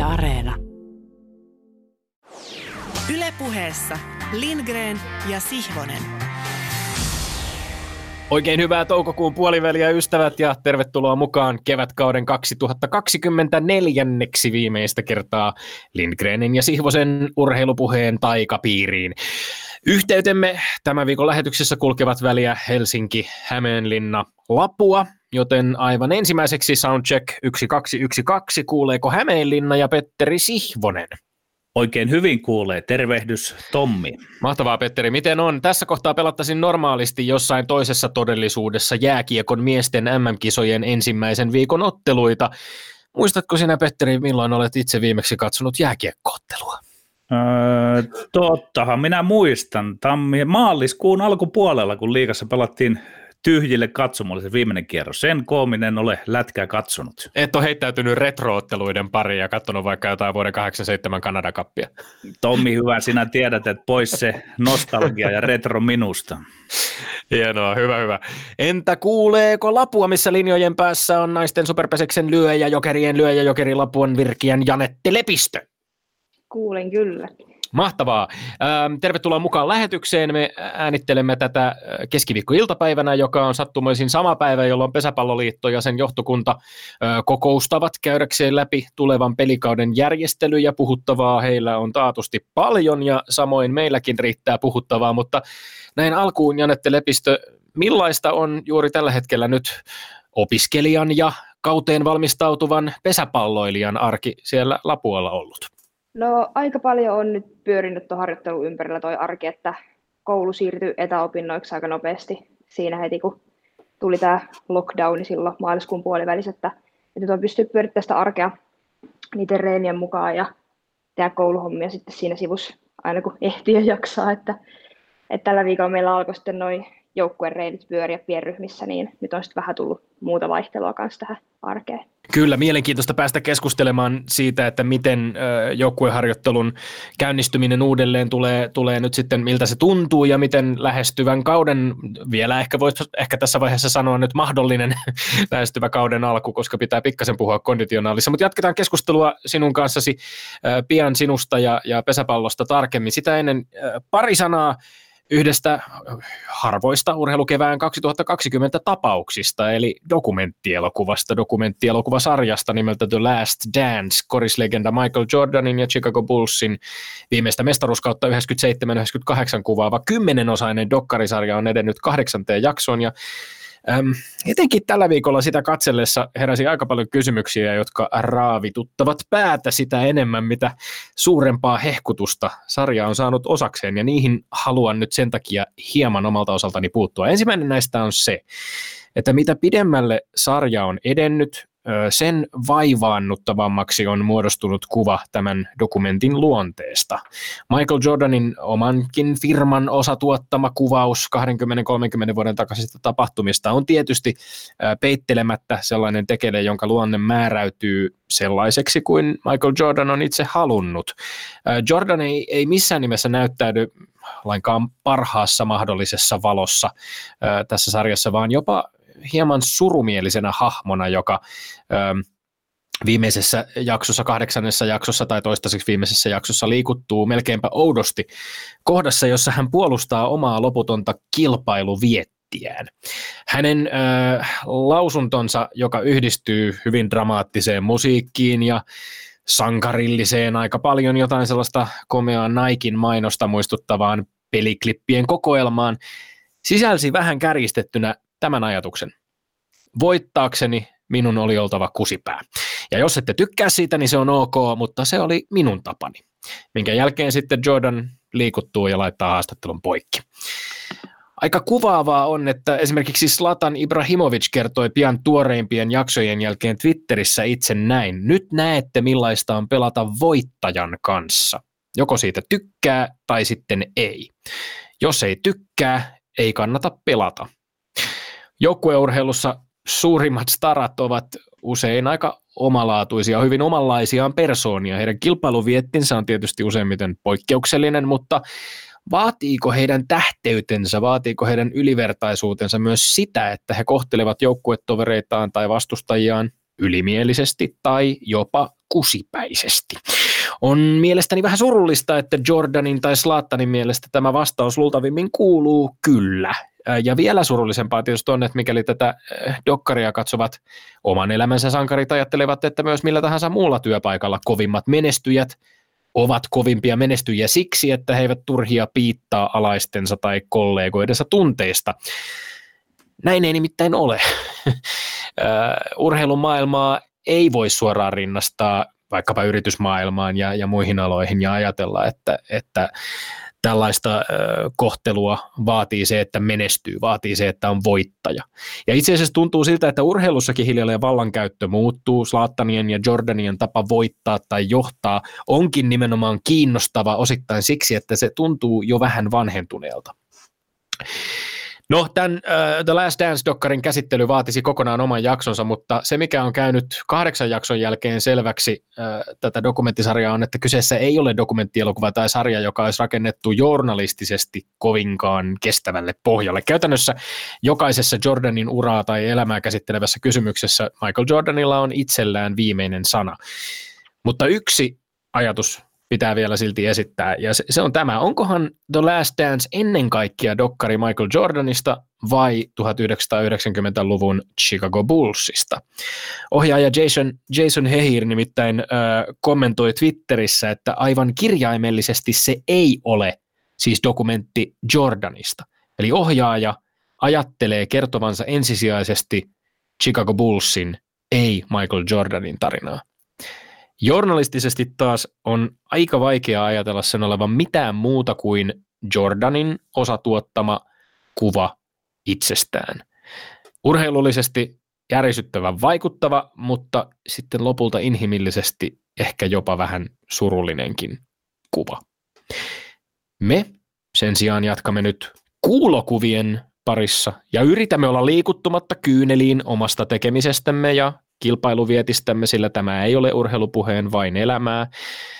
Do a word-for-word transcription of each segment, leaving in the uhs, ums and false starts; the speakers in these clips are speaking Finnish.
Areena. Yle Puheessa Lindgren ja Sihvonen. Oikein hyvää toukokuun puoliväliä ystävät ja tervetuloa mukaan kevätkauden kaksituhattakaksikymmentäneljä viimeistä kertaa Lindgrenin ja Sihvosen urheilupuheen taikapiiriin. Yhteytemme tämän viikon lähetyksessä kulkevat väliä Helsinki, Hämeenlinna, Lapua, joten aivan ensimmäiseksi soundcheck yksi kaksi yksi kaksi, kuuleeko Hämeenlinna ja Petteri Sihvonen? Oikein hyvin kuulee. Tervehdys, Tommi. Mahtavaa, Petteri. Miten on? Tässä kohtaa pelattaisiin normaalisti jossain toisessa todellisuudessa jääkiekon miesten M M-kisojen ensimmäisen viikon otteluita. Muistatko sinä, Petteri, milloin olet itse viimeksi katsonut jääkiekko-ottelua? Öö, tottahan minä muistan. Tammi, maaliskuun alkupuolella, kun liigassa pelattiin tyhjille katsomolle se viimeinen kierros. Sen koominen ole lätkää katsonut. Et ole heittäytynyt retro-otteluiden pariin ja katsonut vaikka jotain vuoden kahdeksankymmentäseitsemän Kanada-kappia. Tommi, hyvä, sinä tiedät, että pois se nostalgia ja retro minusta. Hienoa, hyvä, hyvä. Entä kuuleeko Lapua, missä linjojen päässä on naisten superpeseksen lyöjä, jokerien lyöjä, jokeri Lapuan Virkiän Janette Lepistö? Kuulen kyllä. Mahtavaa. Tervetuloa mukaan lähetykseen. Me äänittelemme tätä keskiviikko-iltapäivänä, joka on sattumoisin sama päivä, jolloin Pesäpalloliitto ja sen johtokunta kokoustavat käydäkseen läpi tulevan pelikauden järjestelyjä. Puhuttavaa heillä on taatusti paljon ja samoin meilläkin riittää puhuttavaa, mutta näin alkuun, Janette Lepistö, millaista on juuri tällä hetkellä nyt opiskelijan ja kauteen valmistautuvan pesäpalloilijan arki siellä Lapualla ollut? No aika paljon on nyt pyörinyt tuon harjoittelun ympärillä toi arki, että koulu siirtyi etäopinnoiksi aika nopeasti siinä heti, kun tuli tämä lockdowni silloin maaliskuun puolivälissä, että nyt on pystynyt pyörittämään sitä arkea niiden reenien mukaan ja tehdä kouluhommia sitten siinä sivussa aina kun ehtii ja jaksaa, että, että tällä viikolla meillä alkoi sitten noin joukkueen reenit pyöriä pienryhmissä, niin nyt on sitten vähän tullut muuta vaihtelua kanssa tähän arkeen. Kyllä, mielenkiintoista päästä keskustelemaan siitä, että miten joukkueharjoittelun käynnistyminen uudelleen tulee, tulee nyt sitten, miltä se tuntuu ja miten lähestyvän kauden, vielä ehkä voisi ehkä tässä vaiheessa sanoa nyt mahdollinen lähestyvä kauden alku, koska pitää pikkasen puhua konditionaalissa, mutta jatketaan keskustelua sinun kanssasi pian sinusta ja, ja pesäpallosta tarkemmin. Sitä ennen pari sanaa yhdestä harvoista urheilukevään kaksituhattakaksikymmentä tapauksista, eli dokumenttielokuvasta, dokumenttielokuvasarjasta nimeltä The Last Dance, korislegenda Michael Jordanin ja Chicago Bullsin viimeistä mestaruuskautta yhdeksänkymmentäseitsemän yhdeksänkymmentäkahdeksan kuvaava kymmenenosainen dokkarisarja on edennyt kahdeksanteen jaksoon, ja äm, etenkin tällä viikolla sitä katsellessa heräsi aika paljon kysymyksiä, jotka raavituttavat päätä sitä enemmän, mitä suurempaa hehkutusta sarja on saanut osakseen, ja niihin haluan nyt sen takia hieman omalta osaltani puuttua. Ensimmäinen näistä on se, että mitä pidemmälle sarja on edennyt, sen vaivaannuttavammaksi on muodostunut kuva tämän dokumentin luonteesta. Michael Jordanin omankin firman osatuottama kuvaus kaksikymmentä kolmekymmentä vuoden takaisista tapahtumista on tietysti peittelemättä sellainen tekele, jonka luonne määräytyy sellaiseksi kuin Michael Jordan on itse halunnut. Jordan ei, ei missään nimessä näyttäydy lainkaan parhaassa mahdollisessa valossa tässä sarjassa, vaan jopa hieman surumielisenä hahmona, joka ö, viimeisessä jaksossa, kahdeksannessa jaksossa tai toistaiseksi viimeisessä jaksossa liikuttuu melkeinpä oudosti kohdassa, jossa hän puolustaa omaa loputonta kilpailuviettiään. Hänen ö, lausuntonsa, joka yhdistyy hyvin dramaattiseen musiikkiin ja sankarilliseen aika paljon jotain sellaista komeaa Niken mainosta muistuttavaan peliklippien kokoelmaan, sisälsi vähän kärjistettynä tämän ajatuksen. Voittaakseni minun oli oltava kusipää. Ja jos ette tykkää siitä, niin se on ok, mutta se oli minun tapani. Minkä jälkeen sitten Jordan liikuttuu ja laittaa haastattelun poikki. Aika kuvaavaa on, että esimerkiksi Zlatan Ibrahimovic kertoi pian tuoreimpien jaksojen jälkeen Twitterissä itse näin. Nyt näette, millaista on pelata voittajan kanssa. Joko siitä tykkää tai sitten ei. Jos ei tykkää, ei kannata pelata. Joukkueurheilussa suurimmat starat ovat usein aika omalaatuisia, hyvin omanlaisiaan persoonia. Heidän kilpailuviettinsä on tietysti useimmiten poikkeuksellinen, mutta vaatiiko heidän tähteytensä, vaatiiko heidän ylivertaisuutensa myös sitä, että he kohtelevat joukkuetovereitaan tai vastustajiaan ylimielisesti tai jopa kusipäisesti. On mielestäni vähän surullista, että Jordanin tai Zlatanin mielestä tämä vastaus luultavimmin kuuluu kyllä. Ja vielä surullisempaa tietysti on, että mikäli tätä dokkaria katsovat oman elämänsä sankarit ajattelevat, että myös millä tahansa muulla työpaikalla kovimmat menestyjät ovat kovimpia menestyjiä siksi, että he eivät turhia piittaa alaistensa tai kollegoidensa tunteista. Näin ei nimittäin ole. Urheilun maailmaa ei voi suoraan rinnastaa vaikkapa yritysmaailmaan ja, ja muihin aloihin ja ajatella, että, että tällaista ö, kohtelua vaatii se, että menestyy, vaatii se, että on voittaja. Ja itse asiassa tuntuu siltä, että urheilussakin hiljalleen vallankäyttö muuttuu. Zlatanien ja Jordanien tapa voittaa tai johtaa onkin nimenomaan kiinnostava osittain siksi, että se tuntuu jo vähän vanhentuneelta. No, tämän uh, The Last Dance-dokkarin käsittely vaatisi kokonaan oman jaksonsa, mutta se, mikä on käynyt kahdeksan jakson jälkeen selväksi uh, tätä dokumenttisarjaa on, että kyseessä ei ole dokumenttielokuva tai sarja, joka olisi rakennettu journalistisesti kovinkaan kestävälle pohjalle. Käytännössä jokaisessa Jordanin uraa tai elämää käsittelevässä kysymyksessä Michael Jordanilla on itsellään viimeinen sana. Mutta yksi ajatus pitää vielä silti esittää, ja se, se on tämä. Onkohan The Last Dance ennen kaikkea dokkari Michael Jordanista vai tuhatyhdeksänsataayhdeksänkymmentäluvun Chicago Bullsista? Ohjaaja Jason, Jason Hehir nimittäin äh, kommentoi Twitterissä, että aivan kirjaimellisesti se ei ole siis dokumentti Jordanista. Eli ohjaaja ajattelee kertovansa ensisijaisesti Chicago Bullsin, ei Michael Jordanin tarinaa. Journalistisesti taas on aika vaikea ajatella sen olevan mitään muuta kuin Jordanin osatuottama kuva itsestään. Urheilullisesti järisyttävän vaikuttava, mutta sitten lopulta inhimillisesti ehkä jopa vähän surullinenkin kuva. Me sen sijaan jatkamme nyt kuulokuvien parissa ja yritämme olla liikuttumatta kyyneliin omasta tekemisestämme ja kilpailuvietistämme, sillä tämä ei ole urheilupuheen vain elämää,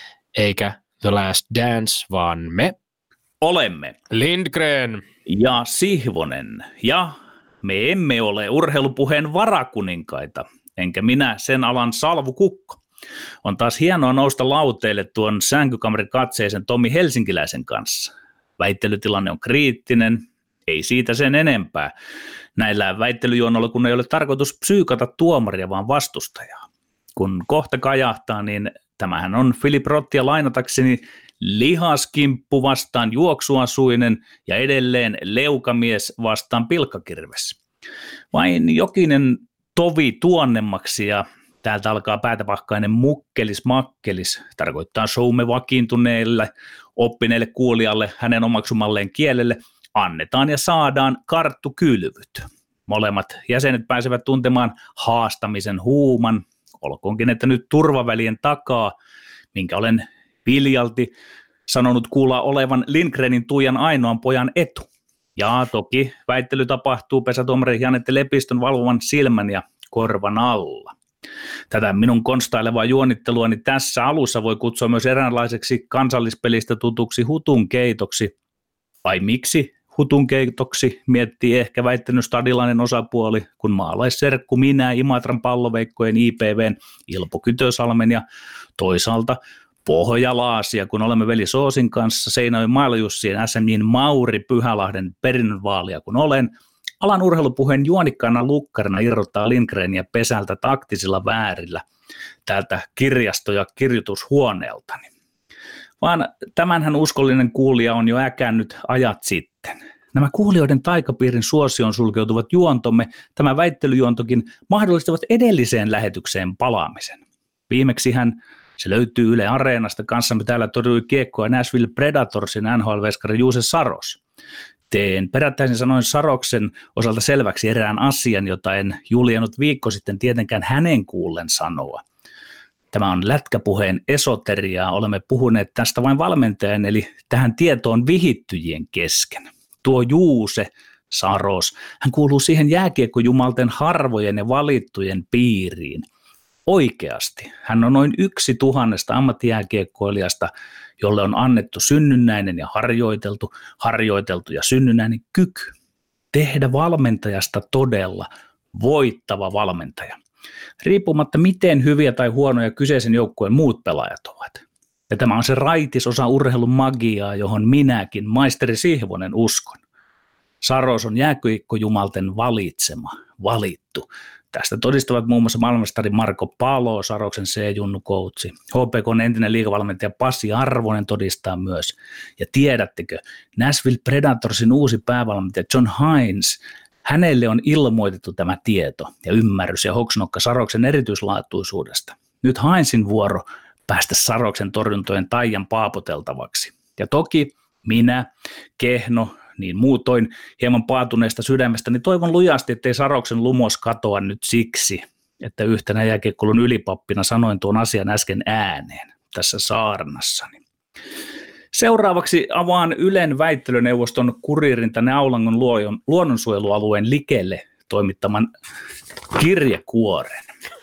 eikä The Last Dance, vaan me olemme Lindgren ja Sihvonen, ja me emme ole urheilupuheen varakuninkaita, enkä minä sen alan Salvu Kukko. On taas hienoa nousta lauteille tuon sänkykamerin katseisen Tommi Helsinkiläisen kanssa. Väittelytilanne on kriittinen, ei siitä sen enempää. Näillä väittelyjuonnoilla, kun ei ole tarkoitus psyykata tuomaria, vaan vastustajaa. Kun kohta kajahtaa, niin tämähän on Philip Rottia lainatakseni lihaskimppu vastaan juoksuasuinen ja edelleen leukamies vastaan pilkkakirves. Vain jokinen tovi tuonnemmaksi ja täältä alkaa päätäpahkainen mukkelis makkelis, tarkoittaa showme vakiintuneelle, oppineelle kuulijalle, hänen omaksumalleen kielelle, annetaan ja saadaan karttukylvyt. Molemmat jäsenet pääsevät tuntemaan haastamisen huuman, olkoonkin että nyt turvavälien takaa, minkä olen viljalti sanonut kuulla olevan Lindgrenin Tuijan ainoan pojan etu. Ja toki väittely tapahtuu pesätuomari Janette Lepistön valvovan silmän ja korvan alla. Tätä minun konstailevaa juonitteluani tässä alussa voi kutsua myös eräänlaiseksi kansallispelistä tutuksi hutun keitoksi. Vai miksi hutun keitoksi, miettii ehkä väittänyt stadilainen osapuoli, kun maalaisserkku minä, Imatran palloveikkojen I P V:n Ilpo Kytösalmen ja toisaalta Pohjalaasia, kun olemme veli Soosin kanssa, Seinäjoen Mailajussien S M J:n Mauri Pyhälahden perinnönvaalia kun olen, alan urheilupuheen juonikkaana lukkarina irrottaa Lindgrenia pesältä taktisilla väärillä täältä kirjasto- ja kirjoitushuoneeltani. Vaan tämänhän uskollinen kuulija on jo äkännyt ajat sitten. Nämä kuulijoiden taikapiirin suosioon sulkeutuvat juontomme, tämä väittelyjuontokin, mahdollistavat edelliseen lähetykseen palaamisen. Viimeksihän se löytyy Yle Areenasta, kanssamme täällä torjui kiekkoa Nashville Predatorsin N H L-veskari Juuse Saros. Teen perättäisin sanoin Saroksen osalta selväksi erään asian, jota en juljennut viikko sitten tietenkään hänen kuullen sanoa. Tämä on lätkäpuheen esoteriaa, olemme puhuneet tästä vain valmentajan, eli tähän tietoon vihittyjien kesken. Tuo Juuse Saros, hän kuuluu siihen jääkiekkojumalten harvojen ja valittujen piiriin. Oikeasti, hän on noin yksi tuhannesta ammattijääkiekkoilijasta, jolle on annettu synnynnäinen ja harjoiteltu, harjoiteltu ja synnynnäinen kyky. Tehdä valmentajasta todella voittava valmentaja. riippumatta miten hyviä tai huonoja kyseisen joukkueen muut pelaajat ovat. Ja tämä on se raitis osa urheilun magiaa, johon minäkin, maisteri Sihvonen, uskon. Saros on jääkiekkojumalten valitsema, valittu. Tästä todistavat muun muassa maailmanmestari Marko Palo, Saroksen C-junnukoutsi. H P K:n entinen liigavalmentaja Pasi Arvonen todistaa myös. Ja tiedättekö, Nashville Predatorsin uusi päävalmentaja John Hines, hänelle on ilmoitettu tämä tieto ja ymmärrys ja hoksnokka Saroksen erityislaatuisuudesta. Nyt Hinesin vuoro päästä Saroksen torjuntojen taian paapoteltavaksi. Ja toki minä, kehno, niin muutoin hieman paatuneesta sydämestä, niin toivon lujasti, ettei Saroksen lumos katoa nyt siksi, että yhtenä jääkiekkoilun ylipappina sanoin tuon asian äsken ääneen tässä saarnassani. Seuraavaksi avaan Ylen väittelyneuvoston Kuriirin tänne Aulangon luonnonsuojelualueen likelle toimittaman kirjekuoren.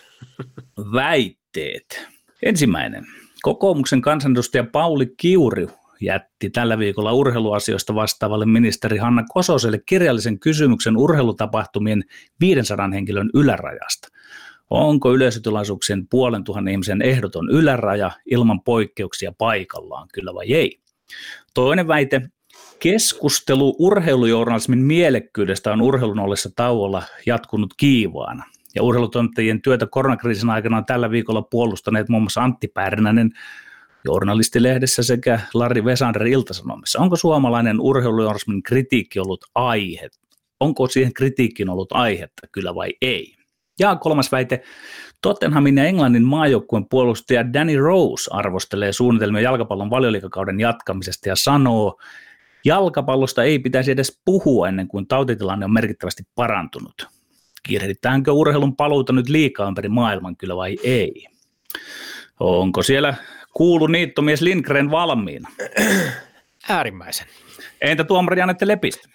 Väitteet. Ensimmäinen. Kokoomuksen kansanedustaja Pauli Kiuru jätti tällä viikolla urheiluasioista vastaavalle ministeri Hanna Kososelle kirjallisen kysymyksen urheilutapahtumien viisisataa henkilön ylärajasta. Onko yleisötilaisuuksien puolen tuhannen ihmisen ehdoton yläraja ilman poikkeuksia paikallaan, kyllä vai ei? Toinen väite. Keskustelu urheilujournalismin mielekkyydestä on urheilun ollessa tauolla jatkunut kiivaana. Ja urheilutoimittajien työtä koronakriisin aikana on tällä viikolla puolustaneet muun muassa Antti Pärnänen Journalistilehdessä sekä Larry Vesander Ilta-Sanomissa. Onko suomalainen urheilujournalismin kritiikki ollut aihe? Onko siihen kritiikkiin ollut aihetta, kyllä vai ei? Ja kolmas väite. Tottenhamin ja Englannin maajoukkueen puolustaja Danny Rose arvostelee suunnitelmia jalkapallon valioliigakauden jatkamisesta ja sanoo, jalkapallosta ei pitäisi edes puhua ennen kuin tautitilanne on merkittävästi parantunut. Kiirehditäänkö urheilun paluuta nyt liikaa ympäri maailman, kyllä vai ei? Onko siellä kuulu niittomies Lindgren valmiina? Äärimmäisen. Entä tuomari Janette Lepistö?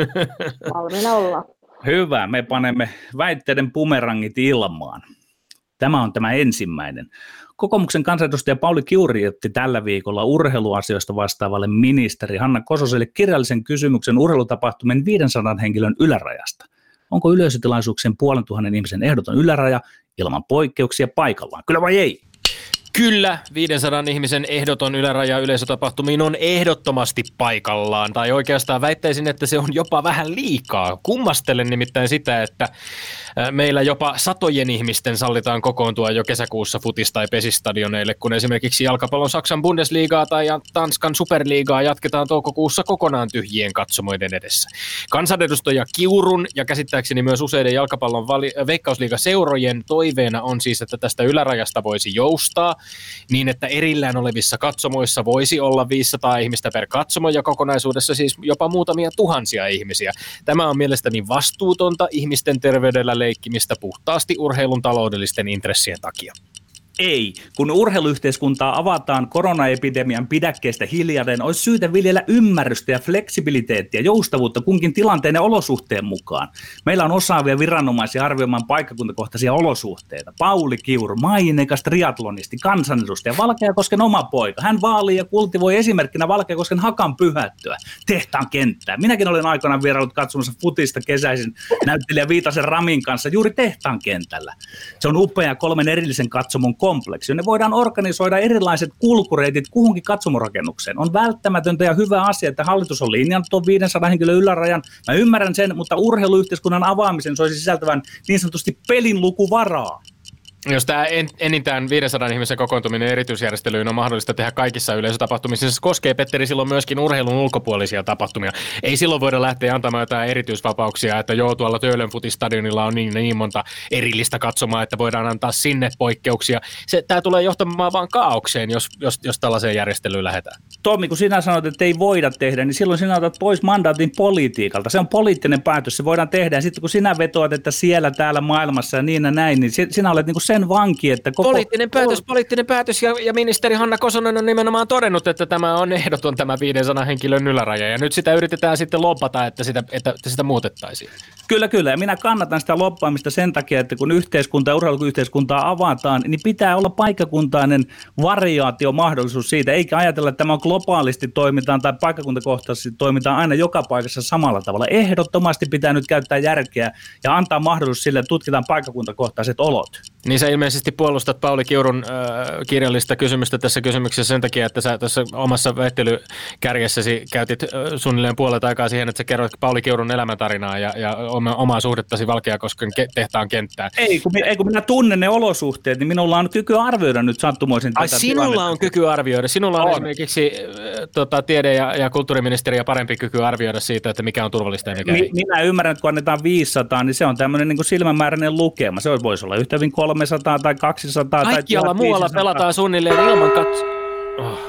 Valmiina olla. Hyvä, me panemme väitteiden bumerangit ilmaan. Tämä on tämä ensimmäinen. Kokoomuksen kansanedustaja Pauli Kiuru jätti tällä viikolla urheiluasioista vastaavalle ministeri Hanna Kososelle kirjallisen kysymyksen urheilutapahtumien viisisataa henkilön ylärajasta. Onko yleisötilaisuuksien puolen tuhannen ihmisen ehdoton yläraja ilman poikkeuksia paikallaan? Kyllä vai ei? Kyllä, viisisataa ihmisen ehdoton yläraja yleisötapahtumiin on ehdottomasti paikallaan, tai oikeastaan väittäisin, että se on jopa vähän liikaa. Kummastelen nimittäin sitä, että meillä jopa satojen ihmisten sallitaan kokoontua jo kesäkuussa futis- tai pesistadioneille, kun esimerkiksi jalkapallon Saksan Bundesliigaa tai Tanskan Superliigaa jatketaan toukokuussa kokonaan tyhjien katsomoiden edessä. Kansanedustaja Kiurun ja käsittääkseni myös useiden jalkapallon vali- veikkausliigaseurojen toiveena on siis, että tästä ylärajasta voisi joustaa, niin että erillään olevissa katsomoissa voisi olla viisisataa ihmistä per katsomo ja kokonaisuudessa siis jopa muutamia tuhansia ihmisiä. Tämä on mielestäni vastuutonta ihmisten terveydellä leikkimistä puhtaasti urheilun taloudellisten intressien takia. Ei. Kun urheiluyhteiskuntaa avataan koronaepidemian pidäkkeestä hiljalleen, olisi syytä viljellä ymmärrystä ja fleksibiliteettiä, joustavuutta kunkin tilanteen ja olosuhteen mukaan. Meillä on osaavia viranomaisia arvioimaan paikkakuntakohtaisia olosuhteita. Pauli Kiuru, maineikas triatlonisti, kansanedustaja, Valkeakosken oma poika. Hän vaalii ja kultivoi esimerkkinä Valkeakosken Hakan pyhättöä, tehtaan kenttää. Minäkin olen aikanaan vierailut katsomassa futista kesäisin näyttelijä Viitasen Ramin kanssa juuri tehtaan kentällä. Se on upea kolmen erillisen katsomon kompleksi, jonne voidaan organisoida erilaiset kulkureitit kuhunkin katsomorakennukseen. On välttämätöntä ja hyvä asia, että hallitus on linjannut tuon viisisataa henkilön ylärajan. Mä ymmärrän sen, mutta urheiluyhteiskunnan avaamisen soisi sisältävän niin sanotusti pelin lukuvaraa. Jos tämä enintään viisisataa ihmisen kokoontuminen erityisjärjestelyyn on mahdollista tehdä kaikissa yleisötapahtumissa, se koskee, Petteri, silloin myöskin urheilun ulkopuolisia tapahtumia. Ei silloin voida lähteä antamaan jotain erityisvapauksia, että joo, tuolla Töölön futistadionilla on niin, niin monta erillistä katsomaa, että voidaan antaa sinne poikkeuksia. Se, tämä tulee johtamaan vaan kaaukseen, jos, jos, jos tällaiseen järjestelyyn lähdetään. Tommi, kun sinä sanot, että ei voida tehdä, niin silloin sinä otat pois mandaatin politiikalta. Se on poliittinen päätös, se voidaan tehdä. Ja sitten kun sinä vetoat, että siellä, täällä maailmassa ja niin ja näin, niin sinä olet niin kuin sen vanki, että koko... Poliittinen päätös, poliittinen päätös ja, ja ministeri Hanna Kosonen on nimenomaan todennut, että tämä on ehdoton tämä viisisataa henkilön yläraja ja nyt sitä yritetään sitten loppata, että sitä, että, että sitä muutettaisiin. Kyllä, kyllä. Ja minä kannatan sitä loppaamista sen takia, että kun yhteiskunta ja urheiluyhteiskuntaa avataan, niin pitää olla paikkakuntainen variaatiomahdollisuus siitä, eikä ajatella, että tämä on globaalisti toimitaan tai paikkakuntakohtaisesti toimitaan aina joka paikassa samalla tavalla. Ehdottomasti pitää nyt käyttää järkeä ja antaa mahdollisuus sille, että tutkitaan paikkakuntakohtaiset olot. Niin sä ilmeisesti puolustat Pauli Kiurun äh, kirjallista kysymystä tässä kysymyksessä sen takia, että sä tässä omassa väittelykärjessäsi käytit äh, suunnilleen puolet aikaa siihen, että sä kerroit Pauli Kiurun elämäntarinaa ja, ja oma, omaa suhdettasi Valkeakosken ke- tehtaan kenttään. Ei kun, ei, kun minä tunnen ne olosuhteet, niin minulla on kyky arvioida nyt sattumoisin Ai tätä sinulla tilannetta. on kyky arvioida. Sinulla on, on. esimerkiksi äh, tota, tiede- ja, ja kulttuuriministeriä parempi kyky arvioida siitä, että mikä on turvallista ja mikä Mi- ei. Minä ymmärrän, että kun annetaan viisisataa, niin se on tämmöinen niin kuin silmämääräinen lukema. Se voisi olla yhtä hyvin kolmesataa tai kaksisataa. Kaikkialla tai muualla pelataan suunnilleen ilman katso. Oh.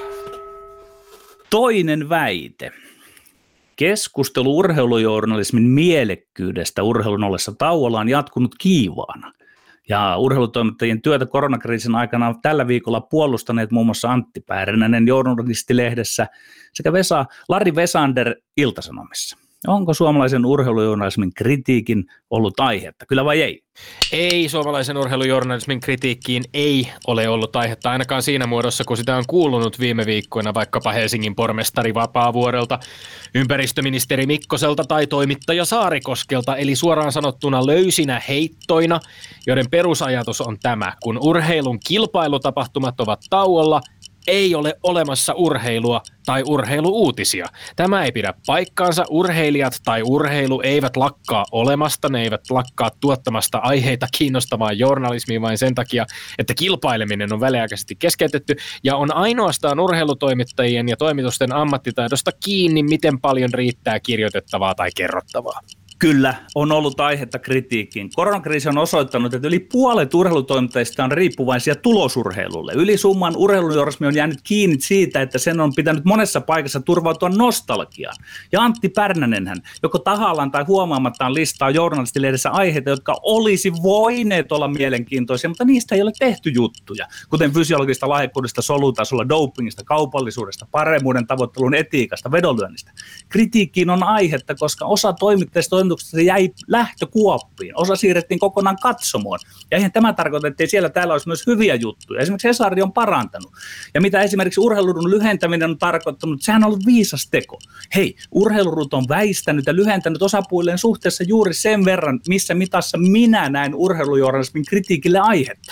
Toinen väite. Keskustelu urheilujournalismin mielekkyydestä urheilun ollessa tauolla on jatkunut kiivaana. Ja urheilutoimittajien työtä koronakriisin aikana on tällä viikolla puolustaneet muun muassa Antti Päärynänen Journalistilehdessä sekä Vesa, Lari Vesander Ilta-Sanomissa. Onko suomalaisen urheilujournalismin kritiikin ollut aihetta, kyllä vai ei? Ei, suomalaisen urheilujournalismin kritiikkiin ei ole ollut aihetta, ainakaan siinä muodossa, kun sitä on kuulunut viime viikkoina vaikkapa Helsingin pormestari Vapaavuorelta, ympäristöministeri Mikkoselta tai toimittaja Saarikoskelta, eli suoraan sanottuna löysinä heittoina, joiden perusajatus on tämä: kun urheilun kilpailutapahtumat ovat tauolla, ei ole olemassa urheilua tai urheiluuutisia. Tämä ei pidä paikkaansa. Urheilijat tai urheilu eivät lakkaa olemasta, ne eivät lakkaa tuottamasta aiheita kiinnostavaan journalismiin vain sen takia, että kilpaileminen on väliaikaisesti keskeytetty, ja on ainoastaan urheilutoimittajien ja toimitusten ammattitaidosta kiinni, miten paljon riittää kirjoitettavaa tai kerrottavaa. Kyllä, on ollut aihetta kritiikkiin. Koronakriisi on osoittanut, että yli puolet urheilutoimittajista on riippuvaisia tulosurheilulle. Ylisumman urheilujournalismi on jäänyt kiinni siitä, että sen on pitänyt monessa paikassa turvautua nostalgiaan. Ja Antti Pärnänenhän, joko tahallaan tai huomaamattaan listaa journalistilehdessä aiheita, jotka olisi voineet olla mielenkiintoisia, mutta niistä ei ole tehty juttuja. Kuten fysiologista lahjakkuudesta, solutasolla, dopingista, kaupallisuudesta, paremmuuden tavoittelun etiikasta, vedonlyönnistä. Kritiikkiin on aihetta, koska osa toimittajista se jäi lähtökuoppiin. Osa siirrettiin kokonaan katsomoon. Ja eihän tämä tarkoita, että siellä täällä olisi myös hyviä juttuja. Esimerkiksi Hesari on parantanut. Ja mitä esimerkiksi urheilurun lyhentäminen on tarkoittanut, sehän on ollut viisas teko. Hei, urheilurut on väistänyt ja lyhentänyt osapuolien suhteessa juuri sen verran, missä mitassa minä näen urheilujournalismin kritiikille aihetta.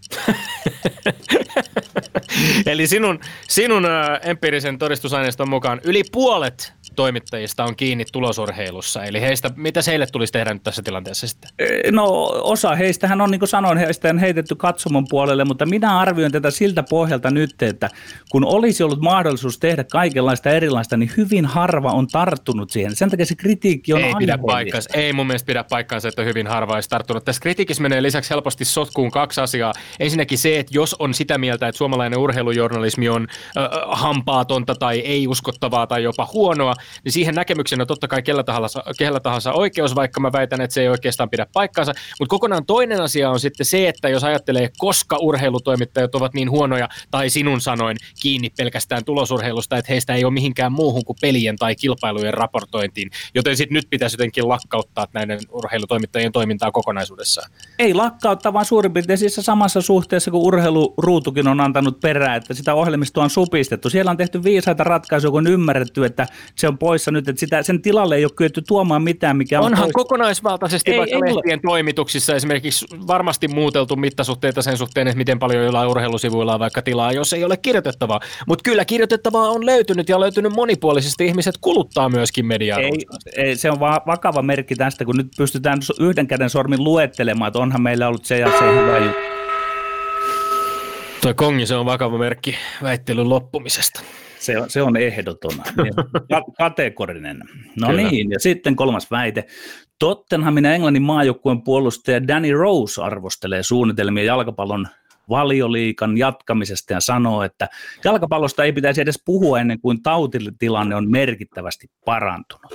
Eli sinun, sinun ä, empiirisen todistusaineiston mukaan yli puolet toimittajista on kiinni tulosurheilussa. Eli heistä, mitä heille tulisi tehdä nyt tässä tilanteessa sitten? No osa heistähän on, niin kuin sanoin, heistä on heitetty katsomon puolelle, mutta minä arvioin tätä siltä pohjalta nyt, että kun olisi ollut mahdollisuus tehdä kaikenlaista erilaista, niin hyvin harva on tarttunut siihen. Sen takia se kritiikki on Ei aina pidä paikkaansa. Ei mun mielestä pidä paikkaansa, että hyvin harva olisi tarttunut. Tässä kritiikissä menee lisäksi helposti sotkuun kaksi asiaa. Ensinnäkin se, että jos on sitä mieltä, että suomalainen urheilujournalismi on äh, hampaatonta tai ei-uskottavaa tai jopa huonoa, niin siihen näkemykseen on totta kai kellä tahansa, kellä tahansa oikeus, vaikka mä väitän, että se ei oikeastaan pidä paikkaansa. Mutta kokonaan toinen asia on sitten se, että jos ajattelee, koska urheilutoimittajat ovat niin huonoja, tai sinun sanoin kiinni pelkästään tulosurheilusta, että heistä ei ole mihinkään muuhun kuin pelien tai kilpailujen raportointiin, joten sitten nyt pitäisi jotenkin lakkauttaa näiden urheilutoimittajien toimintaa kokonaisuudessaan. Ei lakkauttaa, vaan suurin piirtein siis samassa suhteessa, kun urheiluruutukin on antanut perää, että sitä ohjelmistoa on supistettu. Siellä on tehty viisaita ratkaisuja, kun on ymmärretty, että se on poissa nyt, että sitä, sen tilalle ei ole kyetty tuomaan mitään, mikä on Onhan pois. Kokonaisvaltaisesti ei, vaikka ei lehtien ole. Toimituksissa esimerkiksi varmasti muuteltu mittasuhteita sen suhteen, että miten paljon jollain urheilusivuilla on vaikka tilaa, jos ei ole kirjoitettavaa. Mutta kyllä kirjoitettavaa on löytynyt ja löytynyt monipuolisesti. Ihmiset kuluttaa myöskin mediaa. Ei, ei, se on va- vakava merkki tästä, kun nyt pystytään yhden käden sormin luettelemaan, että onhan meillä ollut se ja se hyvä juttu. Toi kongi, se on vakava merkki väittelyn loppumisesta. Se on, se on ehdoton, kategorinen. No Kyllä. Niin, ja sitten kolmas väite. Tottenhamin ja Englannin maajoukkueen puolustaja Danny Rose arvostelee suunnitelmia jalkapallon Valioliigan jatkamisesta ja sanoo, että jalkapallosta ei pitäisi edes puhua ennen kuin tautitilanne on merkittävästi parantunut.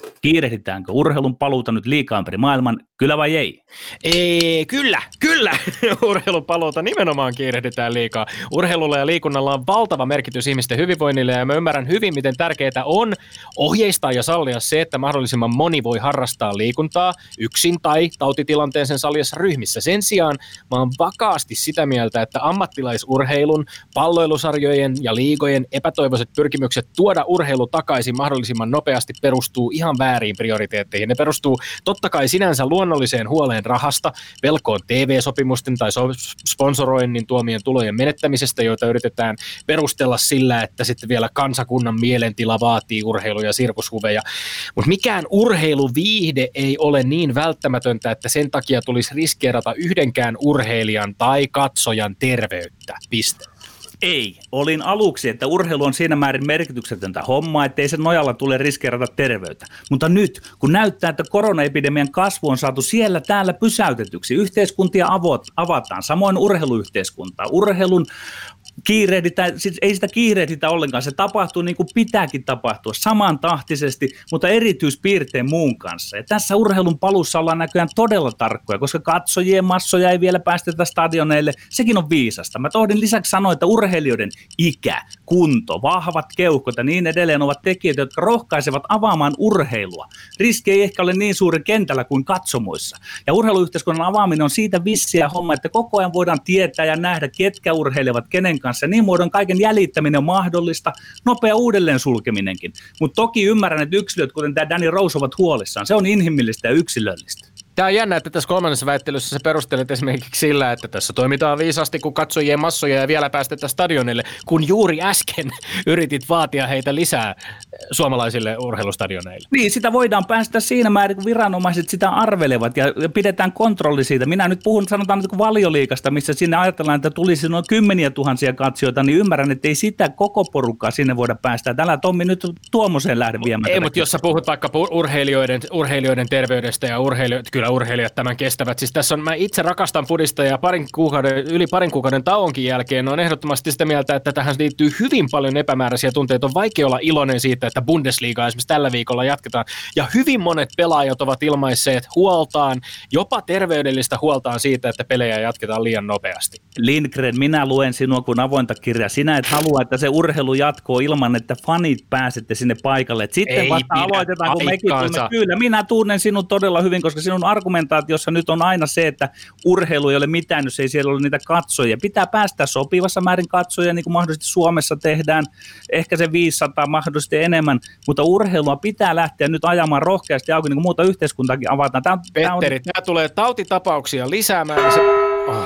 Kiirehditäänkö urheilun paluuta nyt liikaa ympäri maailman, kyllä vai ei? Ei, kyllä, kyllä. Urheilun paluuta nimenomaan kiirehditään liikaa. Urheilulla ja liikunnalla on valtava merkitys ihmisten hyvinvoinnille ja mä ymmärrän hyvin, miten tärkeää on ohjeistaa ja sallia se, että mahdollisimman moni voi harrastaa liikuntaa yksin tai tautitilanteen sen salliessa ryhmissä. Sen sijaan mä oon vakaasti sitä mieltä, että ammattilaisurheilun, palloilusarjojen ja liigojen epätoivoiset pyrkimykset tuoda urheilu takaisin mahdollisimman nopeasti perustuu ihan väärin prioriteetteihin. Ne perustuu totta kai sinänsä luonnolliseen huoleen rahasta, velkoon T V-sopimusten tai so- sponsoroinnin tuomien tulojen menettämisestä, joita yritetään perustella sillä, että sitten vielä kansakunnan mielentila vaatii urheilu- ja sirkushuveja. Mutta mikään urheiluviihde ei ole niin välttämätöntä, että sen takia tulisi riskeerata yhdenkään urheilijan tai katsojan terveyttä. Piste. Ei. Olin aluksi, että urheilu on siinä määrin merkityksetöntä hommaa, ettei sen nojalla tule riskeerata terveyttä. Mutta nyt, kun näyttää, että koronaepidemian kasvu on saatu siellä täällä pysäytetyksi, yhteiskuntia avataan, samoin urheiluyhteiskuntaa. Urheilun kiirehditään, siis ei sitä kiirehditä ollenkaan, se tapahtuu niin kuin pitääkin tapahtua samantahtisesti, mutta erityispiirteen muun kanssa. Ja tässä urheilun paluussa ollaan näköjään todella tarkkoja, koska katsojien massoja ei vielä päästetä stadioneille, sekin on viisasta. Mä tohdin lisäksi sanoa, että urheilijoiden ikä, kunto, vahvat keuhkot ja niin edelleen ovat tekijöitä, jotka rohkaisevat avaamaan urheilua. Riski ei ehkä ole niin suuri kentällä kuin katsomoissa. Ja urheiluyhteiskunnan avaaminen on siitä vissiä homma, että koko ajan voidaan tietää ja nähdä, ketkä urheilevat, kenen kanssa. Niin muodon kaiken jäljittäminen on mahdollista, nopea uudelleen sulkeminenkin. Mutta toki ymmärrän, että yksilöt, kuten tämä Danny Rose, ovat huolissaan. Se on inhimillistä ja yksilöllistä. Tämä on jännä, että tässä kolmannessa väittelyssä sä perustelit esimerkiksi sillä, että tässä toimitaan viisasti, kun katsojien massoja ja vielä päästetään stadionille, kun juuri äsken yritit vaatia heitä lisää suomalaisille urheilustadioneille. Niin, sitä voidaan päästä siinä määrin, kun viranomaiset sitä arvelevat ja pidetään kontrolli siitä. Minä nyt puhun, sanotaan nyt Valioliigasta, missä sinne ajatellaan, että tulisi noin kymmeniä tuhansia katsijoita, niin ymmärrän, että ei sitä koko porukkaa sinne voida päästä. Tällä Tommi nyt Tuommoiseen lähde viemään. Ei, mutta jos sä puhut vaikka urheilijoiden, urheilijoiden terveydestä ja urheilijoiden, kyllä urheilijat tämän kestävät. Siis tässä on, mä itse rakastan fudista ja parin kuukauden, yli parin kuukauden tauonkin jälkeen on ehdottomasti sitä mieltä, että tähän liittyy hyvin paljon epämääräisiä tunteita. On vaikea olla iloinen siitä, että Bundesliga esimerkiksi tällä viikolla jatketaan. Ja hyvin monet pelaajat ovat ilmaisseet huoltaan, jopa terveydellistä huoltaan siitä, että pelejä jatketaan liian nopeasti. Lindgren, minä luen sinua kuin avointa kirjaa. Sinä et halua, että se urheilu jatkoo ilman, että fanit pääsette sinne paikalle. Et sitten Ei vasta aloitetaan, kun mekin tulemme. Kyllä, minä tunnen sinut todella hyvin, koska sinun argumentaatiossa nyt on aina se, että urheilu ei ole mitään, jos ei siellä ole niitä katsojia. Pitää päästä sopivassa määrin katsojia, niin kuin mahdollisesti Suomessa tehdään, ehkä se viisisataa, mahdollisesti enemmän, mutta urheilua pitää lähteä nyt ajamaan rohkeasti auki, niin kuin muuta yhteiskuntaakin avataan. Tämä on, Petteri, tämä, on... tämä tulee tautitapauksia lisäämään. Se... Oh.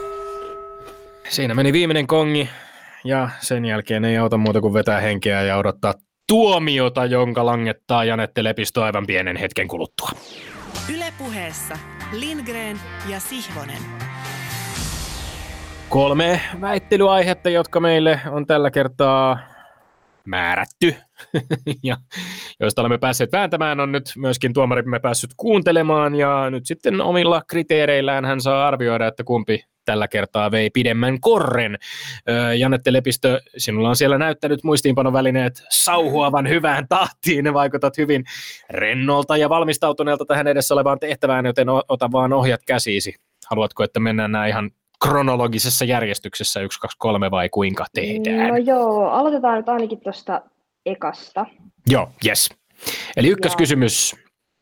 Siinä meni viimeinen kongi ja sen jälkeen ei auta muuta kuin vetää henkeä ja odottaa tuomiota, jonka langettaa Janette Lepistö aivan pienen hetken kuluttua. Yle Puheessa Lindgren ja Sihvonen. Kolme väittelyaihetta, jotka meille on tällä kertaa määrätty ja joista olemme päässeet vääntämään, on nyt myöskin tuomarimme päässyt kuuntelemaan ja nyt sitten omilla kriteereillään hän saa arvioida, että kumpi tällä kertaa vei pidemmän korren. Janette Lepistö, sinulla on siellä näyttänyt muistiinpanovälineet sauhuavan hyvään tahtiin. Ne vaikutat hyvin rennolta ja valmistautuneelta tähän edessä olevaan tehtävään, joten ota vaan ohjat käsiisi. Haluatko, että mennään nämä ihan kronologisessa järjestyksessä yksi, kaksi, kolme vai kuinka tehdään? No joo, aloitetaan nyt ainakin tuosta ekasta. Joo, yes. Eli ykköskysymys.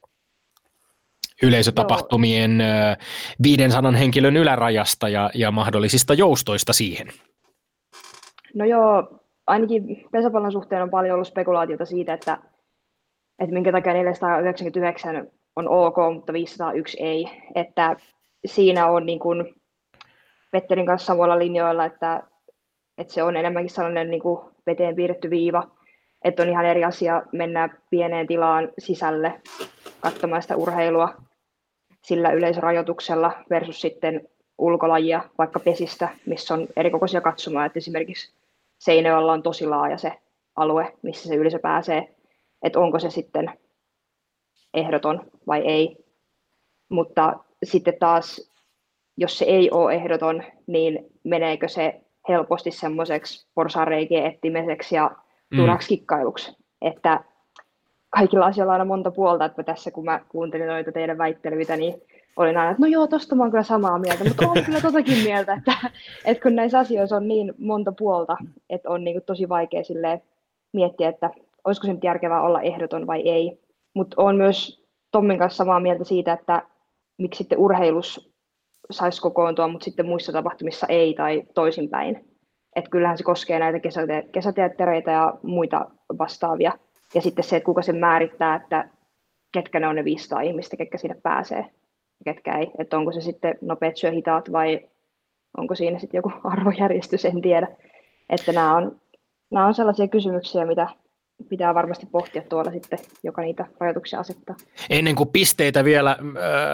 Yleisötapahtumien Joo. viisisataa henkilön ylärajasta ja, ja mahdollisista joustoista siihen. No joo, ainakin pesäpallon suhteen on paljon ollut spekulaatiota siitä, että, että minkä takia neljäsataayhdeksänkymmentäyhdeksän on ok, mutta viisisataayksi ei. Että siinä on niin kuin Petterin kanssa samalla linjoilla, että, että se on enemmänkin sellainen niin kuin veteen piirretty viiva, että on ihan eri asia mennä pieneen tilaan sisälle katsomaan sitä urheilua sillä yleisörajoituksella versus sitten ulkolajia, vaikka pesistä, missä on erikokoisia katsomaan. Että esimerkiksi Seinäjoella on tosi laaja se alue, missä se yleisö pääsee, että onko se sitten ehdoton vai ei. Mutta sitten taas, jos se ei ole ehdoton, niin meneekö se helposti semmoiseksi porsaanreikien etsimiseksi ja turhaksi kikkailuksi. Että kaikilla asioilla on aina monta puolta, että tässä kun mä kuuntelin noita teidän väittelyitä, niin olin aina, että no joo, tosta mä oon kyllä samaa mieltä, mutta olen kyllä totakin mieltä, että, että kun näissä asioissa on niin monta puolta, että on niin kuin tosi vaikea silleen miettiä, että olisiko se nyt järkevää olla ehdoton vai ei. Mutta olen myös Tommin kanssa samaa mieltä siitä, että miksi sitten urheilus saisi kokoontua, mutta sitten muissa tapahtumissa ei tai toisinpäin. Että kyllähän se koskee näitä kesäte- kesäteattereita ja muita vastaavia. Ja sitten se, että kuka sen määrittää, että ketkä ne on ne viisisataa ihmistä, ketkä sinne pääsee ja ketkä ei. Että onko se sitten nopeat syö hitaat vai onko siinä sitten joku arvojärjestys, en tiedä. Että nämä on, nämä on sellaisia kysymyksiä, mitä pitää varmasti pohtia tuolla sitten, joka niitä rajoituksia asettaa. Ennen kuin pisteitä vielä äh,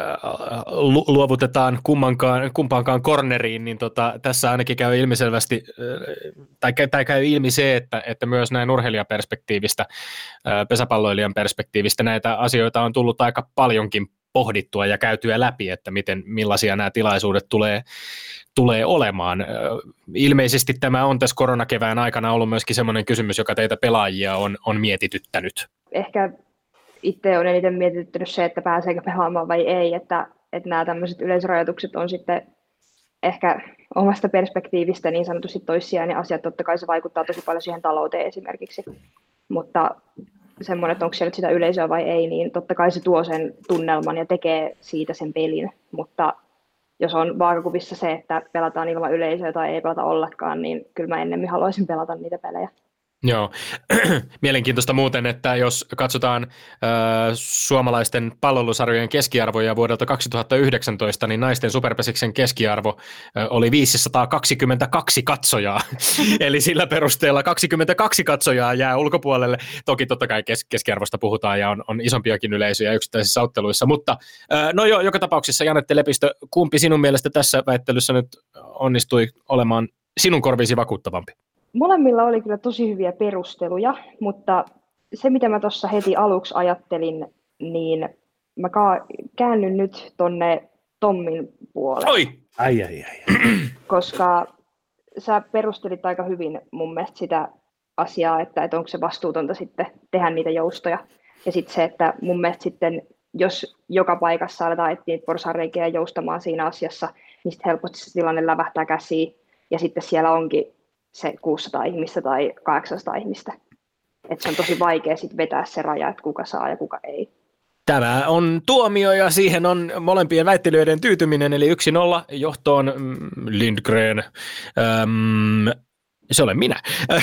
luovutetaan kummankaan, kumpaankaan corneriin, niin tota, tässä ainakin käy ilmiselvästi, äh, tai, tai käy ilmi se, että, että myös näin urheilijaperspektiivistä, äh, pesäpalloilijan perspektiivistä näitä asioita on tullut aika paljonkin pohdittua ja käytyä läpi, että miten, millaisia nämä tilaisuudet tulee, tulee olemaan. Ilmeisesti tämä on tässä koronakevään aikana ollut myöskin semmoinen kysymys, joka teitä pelaajia on, on mietityttänyt. Ehkä itse on eniten mietityttänyt se, että pääseekö pelaamaan vai ei, että, että nämä tämmöiset yleisrajoitukset on sitten ehkä omasta perspektiivistä niin sanotusti toissijainen asia. Totta kai se vaikuttaa tosi paljon siihen talouteen esimerkiksi, mutta semmoinen, että onko siellä sitä yleisöä vai ei, niin totta kai se tuo sen tunnelman ja tekee siitä sen pelin, mutta jos on vaakakuvissa se, että pelataan ilman yleisöä tai ei pelata ollenkaan, niin kyllä mä ennemmin haluaisin pelata niitä pelejä. Joo, mielenkiintoista muuten, että jos katsotaan äh, suomalaisten palloilusarjojen keskiarvoja vuodelta kaksituhattayhdeksäntoista, niin naisten superpesiksen keskiarvo äh, oli viisisataakaksikymmentäkaksi katsojaa, eli sillä perusteella kaksikymmentäkaksi katsojaa jää ulkopuolelle. Toki totta kai kes- keskiarvosta puhutaan ja on, on isompiakin yleisöjä yksittäisissä otteluissa, mutta äh, no jo, joka tapauksessa Janette Lepistö, kumpi sinun mielestä tässä väittelyssä nyt onnistui olemaan sinun korviisi vakuuttavampi? Molemmilla oli kyllä tosi hyviä perusteluja, mutta se mitä mä tuossa heti aluksi ajattelin, niin mä ka- käännyn nyt tonne Tommin puolelle. Oi! Ai, ai, ai. Koska sä perustelit aika hyvin mun mielestä sitä asiaa, että, että onko se vastuutonta sitten tehdä niitä joustoja. Ja sitten se, että mun mielestä sitten, jos joka paikassa aletaan etsiä porsaanreikiä joustamaan siinä asiassa, niin sitten helposti se tilanne lävähtää käsiin ja sitten siellä onkin se kuusisataa ihmistä tai kahdeksansataa ihmistä. Että se on tosi vaikea sit vetää se raja, että kuka saa ja kuka ei. Tämä on tuomio ja siihen on molempien väittelyiden tyytyminen, eli yksi nolla johtoon Lindgren. Öm, se olen minä.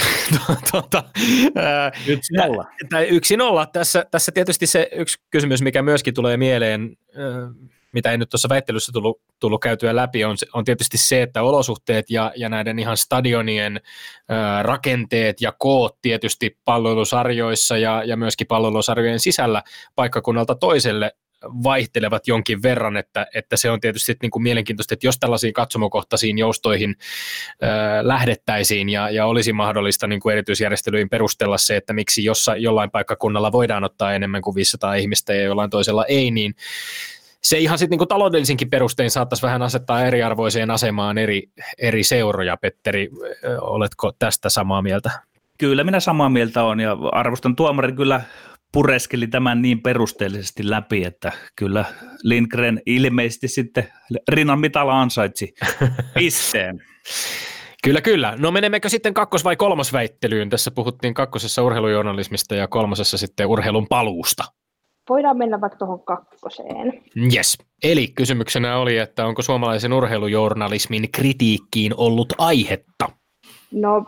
tuota, yksi nolla. Tai yksi nolla. Tässä, tässä tietysti se yksi kysymys, mikä myöskin tulee mieleen, mitä ei nyt tuossa väittelyssä tullut, tullut käytyä läpi, on, on tietysti se, että olosuhteet ja, ja näiden ihan stadionien ää, rakenteet ja koot tietysti palvelusarjoissa ja, ja myöskin palvelusarjojen sisällä paikkakunnalta toiselle vaihtelevat jonkin verran, että, että se on tietysti niin kuin mielenkiintoista, että jos tällaisiin katsomokohtaisiin joustoihin ää, lähdettäisiin ja, ja olisi mahdollista niin kuin erityisjärjestelyihin perustella se, että miksi jossa, jollain paikkakunnalla voidaan ottaa enemmän kuin viisisataa ihmistä ja jollain toisella ei, niin se ihan sitten niinku taloudellisinkin perustein saattaisi vähän asettaa eriarvoiseen asemaan eri, eri seuroja. Petteri, oletko tästä samaa mieltä? Kyllä minä samaa mieltä olen ja arvostan tuomari kyllä pureskeli tämän niin perusteellisesti läpi, että kyllä Lindgren ilmeisesti sitten rinnan mitalla ansaitsi pisteen. Kyllä, kyllä. No menemmekö sitten kakkos- vai kolmosväittelyyn? Tässä puhuttiin kakkosessa urheilujournalismista ja kolmosessa sitten urheilun paluusta. Voidaan mennä vaikka tuohon kakkoseen. Yes. Eli kysymyksenä oli, että onko suomalaisen urheilujournalismin kritiikkiin ollut aihetta? No,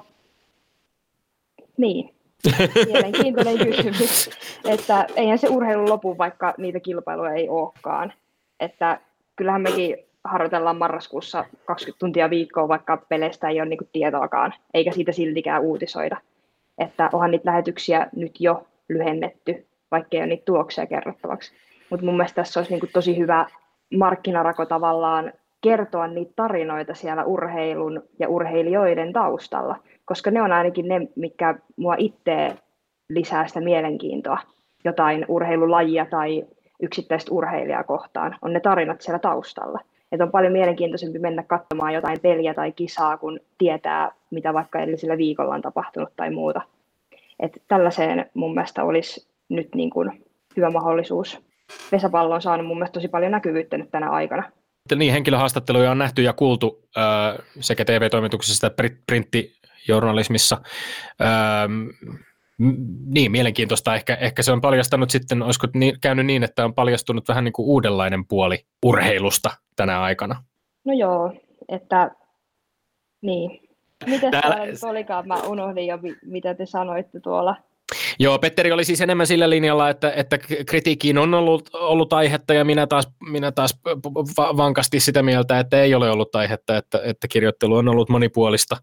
niin. Mielenkiintoinen kysymys. Että eihän se urheilu lopu, vaikka niitä kilpailuja ei olekaan. Että kyllähän mekin harjoitellaan marraskuussa kaksikymmentä tuntia viikkoa, vaikka peleistä ei ole niinku tietoakaan, eikä siitä siltikään uutisoida. Että onhan niitä lähetyksiä nyt jo lyhennetty, vaikka ei ole niitä tuloksia kerrottavaksi. Mutta mun mielestä tässä olisi niinku tosi hyvä markkinarako tavallaan kertoa niitä tarinoita siellä urheilun ja urheilijoiden taustalla, koska ne on ainakin ne, mitkä mua itse lisää sitä mielenkiintoa jotain urheilulajia tai yksittäistä urheilijaa kohtaan, on ne tarinat siellä taustalla. Että on paljon mielenkiintoisempi mennä katsomaan jotain peliä tai kisaa, kun tietää, mitä vaikka edellisellä viikolla on tapahtunut tai muuta. Että tällaiseen mun mielestä olisi nyt niin kuin hyvä mahdollisuus. Pesäpallo on saanut mun mielestä tosi paljon näkyvyyttä nyt tänä aikana. Niin, henkilöhaastatteluja on nähty ja kuultu äh, sekä T V-toimituksessa että printtijournalismissa. Ähm, niin, mielenkiintoista. Ehkä, ehkä se on paljastanut sitten, olisiko niin, käynyt niin, että on paljastunut vähän niin kuin uudenlainen puoli urheilusta tänä aikana. No joo, että niin. Miten Täällä... täällä nyt olikaan? Mä unohdin jo, mitä te sanoitte tuolla. Joo, Petteri oli siis enemmän sillä linjalla, että, että kritiikkiin on ollut, ollut aihetta, ja minä taas, minä taas vankasti sitä mieltä, että ei ole ollut aihetta, että, että kirjoittelu on ollut monipuolista.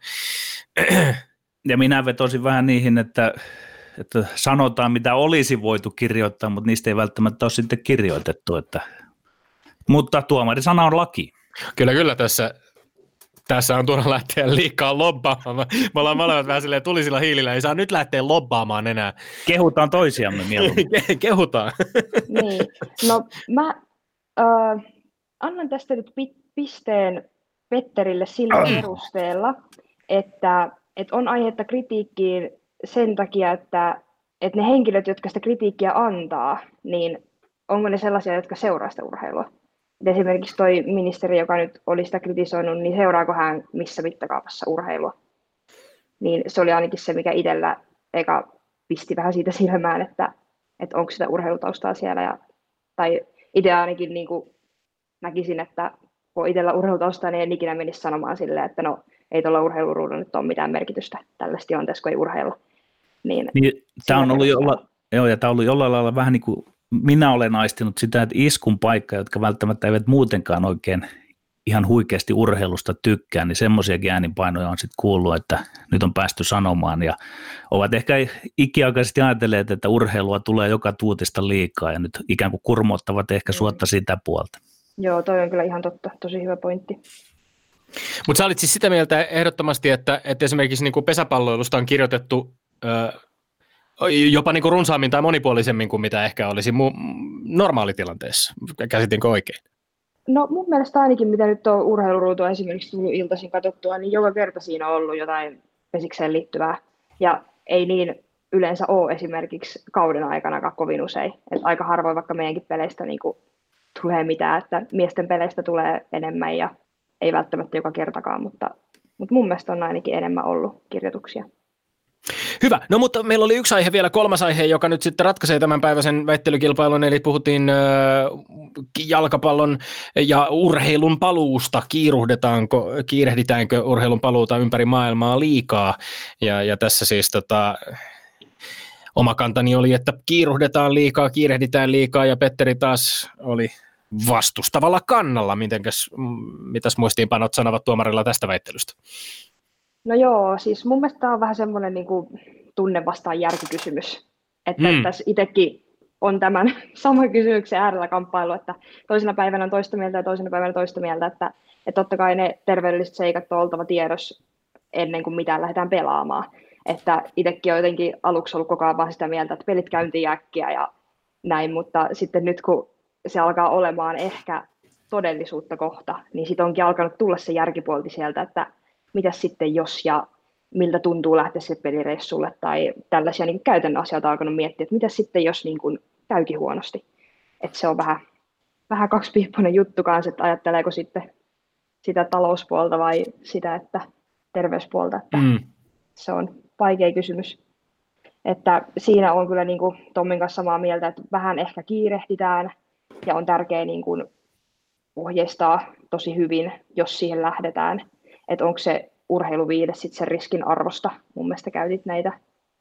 Ja minä vetosin vähän niihin, että, että sanotaan, mitä olisi voitu kirjoittaa, mutta niistä ei välttämättä ole sitten kirjoitettu. Että... Mutta tuomarisana on laki. Kyllä, kyllä tässä... Tässä on turha lähteä liikaa lobbaamaan. Me ollaan molemmat vähän silleen tulisilla hiilillä, ei saa nyt lähteä lobbaamaan enää. Kehutaan toisiamme mieluummin. Kehutaan. Niin. No mä äh, annan tästä nyt pisteen Petterille sillä perusteella, että, että on aihetta kritiikkiin sen takia, että, että ne henkilöt, jotka sitä kritiikkiä antaa, niin onko ne sellaisia, jotka seuraa sitä urheilua? Esimerkiksi toi ministeri, joka nyt oli sitä kritisoinut, niin seuraako hän missä mittakaavassa urheilua? Niin se oli ainakin se, mikä itsellä eka pisti vähän siitä silmään, että, että onko sitä urheilutaustaa siellä. Ja, tai itse ainakin niin kuin näkisin, että kun itsellä urheilutaustaa, niin en ikinä menisi sanomaan silleen, että no ei tuolla urheiluruudulla nyt ole mitään merkitystä tällaista tilanteessa, kun ei urheilla. Niin, niin, tämä on ollut jolla, joo, ja tämä on ollut jollain lailla vähän niin kuin minä olen aistinut sitä, että iskun paikka, jotka välttämättä eivät muutenkaan oikein ihan huikeasti urheilusta tykkää, niin semmoisiakin äänipainoja on sitten kuullut, että nyt on päästy sanomaan ja ovat ehkä ikiaikaisesti ajatelleet, että urheilua tulee joka tuutista liikaa ja nyt ikään kuin kurmoittavat ehkä suotta sitä puolta. Joo, toi on kyllä ihan totta, tosi hyvä pointti. Mutta sä olit siis sitä mieltä ehdottomasti, että, että esimerkiksi niin kuin pesäpalloilusta on kirjoitettu ö, jopa niin kuin runsaammin tai monipuolisemmin kuin mitä ehkä olisi mu- normaalitilanteessa. Käsitinkö oikein? No mun mielestä ainakin, mitä nyt on urheiluruutua esimerkiksi tullut iltaisin katsottua, niin joka kerta siinä on ollut jotain pesikseen liittyvää. Ja ei niin yleensä ole esimerkiksi kauden aikana kovin usein. Et aika harvoin vaikka meidänkin peleistä niin kuin tulee mitään, että miesten peleistä tulee enemmän ja ei välttämättä joka kertakaan, mutta, mutta mun mielestä on ainakin enemmän ollut kirjoituksia. Hyvä. No mutta meillä oli yksi aihe vielä, kolmas aihe, joka nyt sitten ratkaisee tämän päiväisen väittelykilpailun, eli puhuttiin ö, jalkapallon ja urheilun paluusta. Kiiruhdetaanko, kiirehditäänkö urheilun paluuta ympäri maailmaa liikaa? Ja, ja tässä siis tota, oma kantani oli, että kiiruhdetaan liikaa, kiirehditään liikaa, ja Petteri taas oli vastustavalla kannalla. Mitenkäs, mitäs muistiinpanot sanovat tuomarilla tästä väittelystä? No joo, siis mun mielestä tämä on vähän semmoinen niin kuin tunne vastaan järkikysymys. Että mm. tässä itsekin on tämän saman kysymyksen äärellä kamppailu, että toisena päivänä on toista mieltä ja toisena päivänä toista mieltä, että, että totta kai ne terveydelliset seikat on oltava tiedossa ennen kuin mitään lähdetään pelaamaan. Että itsekin on jotenkin aluksi ollut koko ajan vaan sitä mieltä, että pelit käyntiin äkkiä ja näin, mutta sitten nyt kun se alkaa olemaan ehkä todellisuutta kohta, niin sitten onkin alkanut tulla se järkipuolti sieltä, että mitäs sitten jos ja miltä tuntuu lähteä se pelireissulle tai tällaisia niin käytännön asioita on alkanut miettiä, että mitäs sitten jos niin kuin käykin huonosti. Että se on vähän, vähän kaksipiippunen juttu kanssa, että ajatteleeko sitten sitä talouspuolta vai sitä, että terveyspuolta, että mm. se on vaikea kysymys. Että siinä on kyllä niin kuin Tommin kanssa samaa mieltä, että vähän ehkä kiirehditään ja on tärkeää niin kuin ohjeistaa tosi hyvin, jos siihen lähdetään. Että onko se urheiluviide sitten sen riskin arvosta, mun mielestä käytit näitä,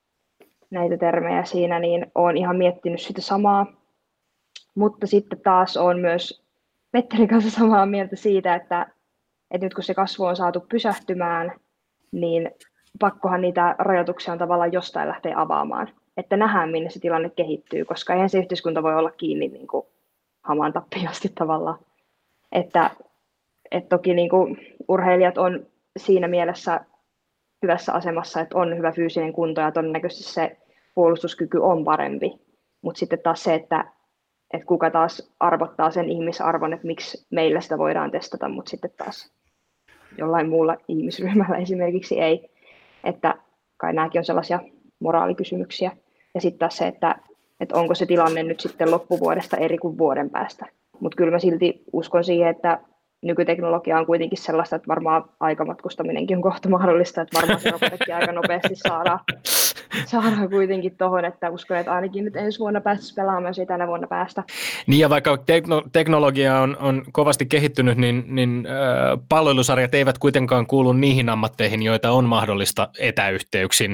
näitä termejä siinä, niin olen ihan miettinyt sitä samaa. Mutta sitten taas on myös Petterin kanssa samaa mieltä siitä, että, että nyt kun se kasvu on saatu pysähtymään, niin pakkohan niitä rajoituksia on tavallaan jostain lähteä avaamaan. Että nähdään, minne se tilanne kehittyy, koska eihän se yhteiskunta voi olla kiinni niin kuin hamaan tappiasti tavallaan. Että Et toki niin kuin urheilijat on siinä mielessä hyvässä asemassa, että on hyvä fyysinen kunto ja todennäköisesti se puolustuskyky on parempi. Mutta sitten taas se, että, että kuka taas arvottaa sen ihmisarvon, että miksi meillä sitä voidaan testata, mutta sitten taas jollain muulla ihmisryhmällä esimerkiksi ei. Että kai nämäkin on sellaisia moraalikysymyksiä. Ja sitten taas se, että että onko se tilanne nyt sitten loppuvuodesta eri kuin vuoden päästä. Mutta kyllä mä silti uskon siihen, että nykyteknologia on kuitenkin sellaista, että varmaan aikamatkustaminenkin on kohta mahdollista, että varmaan se rokotekin aika nopeasti saadaan, saadaan kuitenkin tuohon, että uskon, että ainakin nyt ensi vuonna päästäisiin pelaamaan, jos ei tänä vuonna päästä. Niin ja vaikka tekno- teknologia on, on kovasti kehittynyt, niin, niin äh, palvelusarjat eivät kuitenkaan kuulu niihin ammatteihin, joita on mahdollista etäyhteyksin,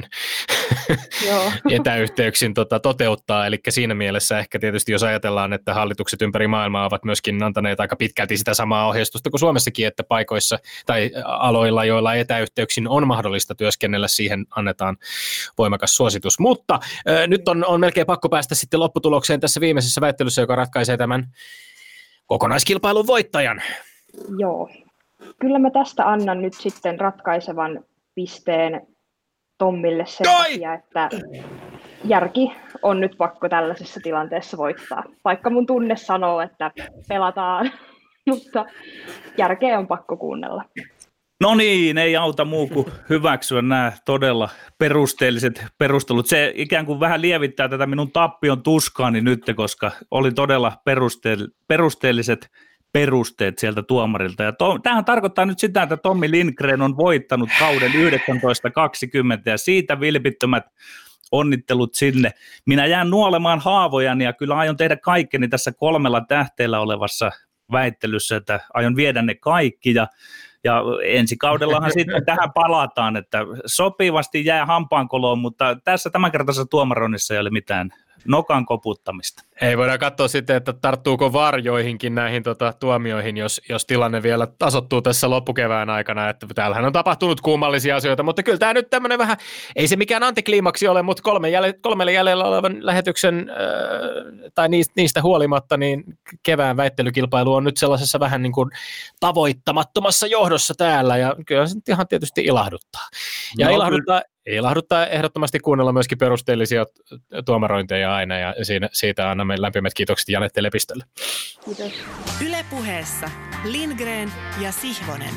etäyhteyksin tota, toteuttaa. Eli siinä mielessä ehkä tietysti, jos ajatellaan, että hallitukset ympäri maailmaa ovat myöskin antaneet aika pitkälti sitä samaa ohjeistusta kuin Suomessakin, että paikoissa tai aloilla, joilla etäyhteyksin on mahdollista työskennellä, siihen annetaan voimakas suositus. Mutta äh, nyt on, on melkein pakko päästä sitten lopputulokseen tässä viimeisessä väittelyssä, joka ratkaisee tämän kokonaiskilpailun voittajan. Joo. Kyllä mä tästä annan nyt sitten ratkaisevan pisteen Tommille sen takia, että järki on nyt pakko tällaisessa tilanteessa voittaa. Vaikka mun tunne sanoo, että pelataan, mutta järkeä on pakko kuunnella. No niin, ei auta muu kuin hyväksyä nämä todella perusteelliset perustelut. Se ikään kuin vähän lievittää tätä minun tappion tuskaani nyt, koska oli todella perusteel- perusteelliset perusteet sieltä tuomarilta. Ja to- tämähän tarkoittaa nyt sitä, että Tommi Lindgren on voittanut kauden yhdeksäntoista kaksikymmentä ja siitä vilpittömät onnittelut sinne. Minä jään nuolemaan haavojani ja kyllä aion tehdä kaikkeni tässä kolmella tähteellä olevassa väittelyssä, että aion viedä ne kaikki ja Ja ensi kaudellahan sitten tähän palataan, että sopivasti jää hampaankoloon, mutta tässä tämänkertaisessa tuomaroinnissa ei ole mitään nokan koputtamista. Ei voida katsoa sitten, että tarttuuko V A R joihinkin näihin tota, tuomioihin, jos, jos tilanne vielä tasottuu tässä loppukevään aikana, että täällähän on tapahtunut kummallisia asioita, mutta kyllä tämä nyt tämmöinen vähän, ei se mikään antikliimaksi ole, mutta kolme jäl, kolmelle jäljellä olevan lähetyksen, äh, tai niistä, niistä huolimatta, niin kevään väittelykilpailu on nyt sellaisessa vähän niin kuin tavoittamattomassa johdossa täällä, ja kyllä se ihan tietysti ilahduttaa. Ja no, ilahduttaa, ilahduttaa ehdottomasti kuunnella myöskin perusteellisia tuomarointeja aina, ja siinä, siitä annamme lämpimät kiitokset Janette Lepistölle. Kiitos. Yle Puheessa Lindgren ja Sihvonen.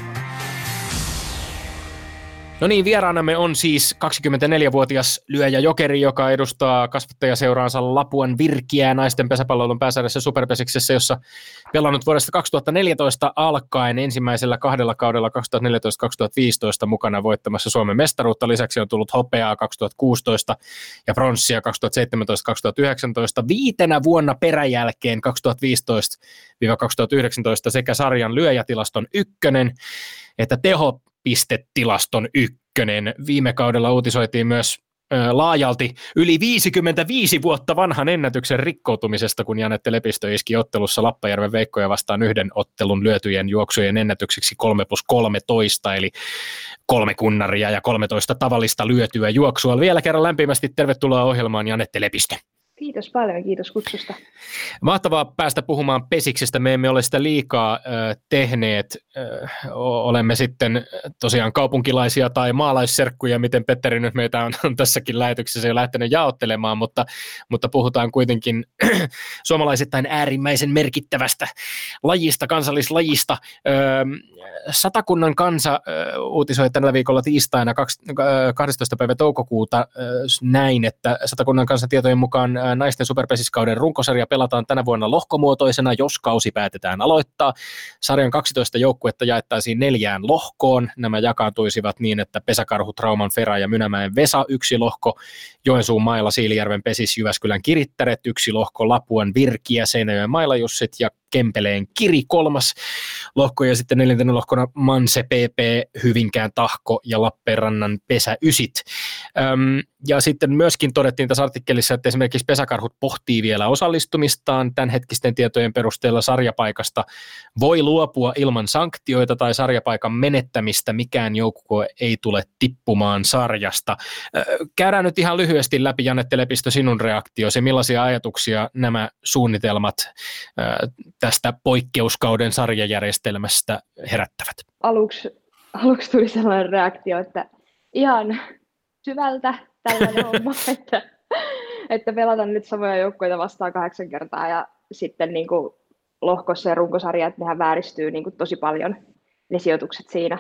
No niin, vieraanamme on siis kaksikymmentäneljävuotias lyöjä jokeri, joka edustaa kasvattajaseuraansa Lapuan Virkiää naisten pesäpalloilun pääsarjassa Superpesiksessä, jossa pelannut vuodesta kaksituhattaneljätoista alkaen ensimmäisellä kahdella kaudella kaksituhattaneljätoista kaksituhattaviisitoista mukana voittamassa Suomen mestaruutta. Lisäksi on tullut hopeaa kaksituhattakuusitoista ja pronssia kaksituhattaseitsemäntoista kaksituhattayhdeksäntoista. Viitenä vuonna peräjälkeen kaksituhattaviisitoista kaksituhattayhdeksäntoista sekä sarjan lyöjätilaston ykkönen että teho pistetilaston ykkönen. Viime kaudella uutisoitiin myös ö, laajalti yli viisikymmentäviisi vuotta vanhan ennätyksen rikkoutumisesta, kun Janette Lepistö iski ottelussa Lappajärven Veikkoja vastaan yhden ottelun lyötyjen juoksujen ennätykseksi kolme plus kolmetoista, eli kolme kunnaria ja kolmetoista tavallista lyötyä juoksua. Vielä kerran lämpimästi tervetuloa ohjelmaan, Janette Lepistö. Kiitos paljon, kiitos kutsusta. Mahtavaa päästä puhumaan Pesiksestä. Me emme ole sitä liikaa äh, tehneet. Äh, olemme sitten tosiaan kaupunkilaisia tai maalaisserkkuja, miten Petteri nyt meitä on, on tässäkin lähetyksessä jo lähtenyt jaottelemaan, mutta, mutta puhutaan kuitenkin suomalaisittain äärimmäisen merkittävästä lajista, kansallislajista. Äh, Satakunnan Kansa äh, uutisoi tällä viikolla tiistaina kahdestoista päivä toukokuuta äh, näin, että Satakunnan Kansan tietojen mukaan äh, naisten superpesiskauden runkosarja pelataan tänä vuonna lohkomuotoisena, jos kausi päätetään aloittaa. Sarjan kaksitoista joukkuetta jaettaisiin neljään lohkoon. Nämä jakaantuisivat niin, että Pesäkarhut, Rauman Fera ja Mynämäen Vesa yksi lohko, Joensuun Maila, Siilijärven Pesis, Jyväskylän Kirittäret yksi lohko, Lapuan Virkiä, Seinäjoen Mailajussit ja Kempeleen Kiri kolmas lohko ja sitten neljäntenä lohkona Manse, P P, Hyvinkään Tahko ja Lappeenrannan Pesä Ysit. Öm, ja sitten myöskin todettiin tässä artikkelissa, että esimerkiksi Pesäkarhut pohtii vielä osallistumistaan. Tämänhetkisten tietojen perusteella sarjapaikasta voi luopua ilman sanktioita tai sarjapaikan menettämistä. Mikään joukkue ei tule tippumaan sarjasta. Käydään nyt ihan lyhyesti läpi, Janette Lepistö, sinun reaktiosi. Millaisia ajatuksia nämä suunnitelmat tästä poikkeuskauden sarjajärjestelmästä herättävät? Aluksi, aluksi tuli sellainen reaktio, että ihan syvältä tällainen homma, että, että pelataan nyt samoja joukkoita vastaan kahdeksan kertaa ja sitten niin kuin lohkossa ja runkosarja, että nehän vääristyy niin kuin tosi paljon ne sijoitukset siinä.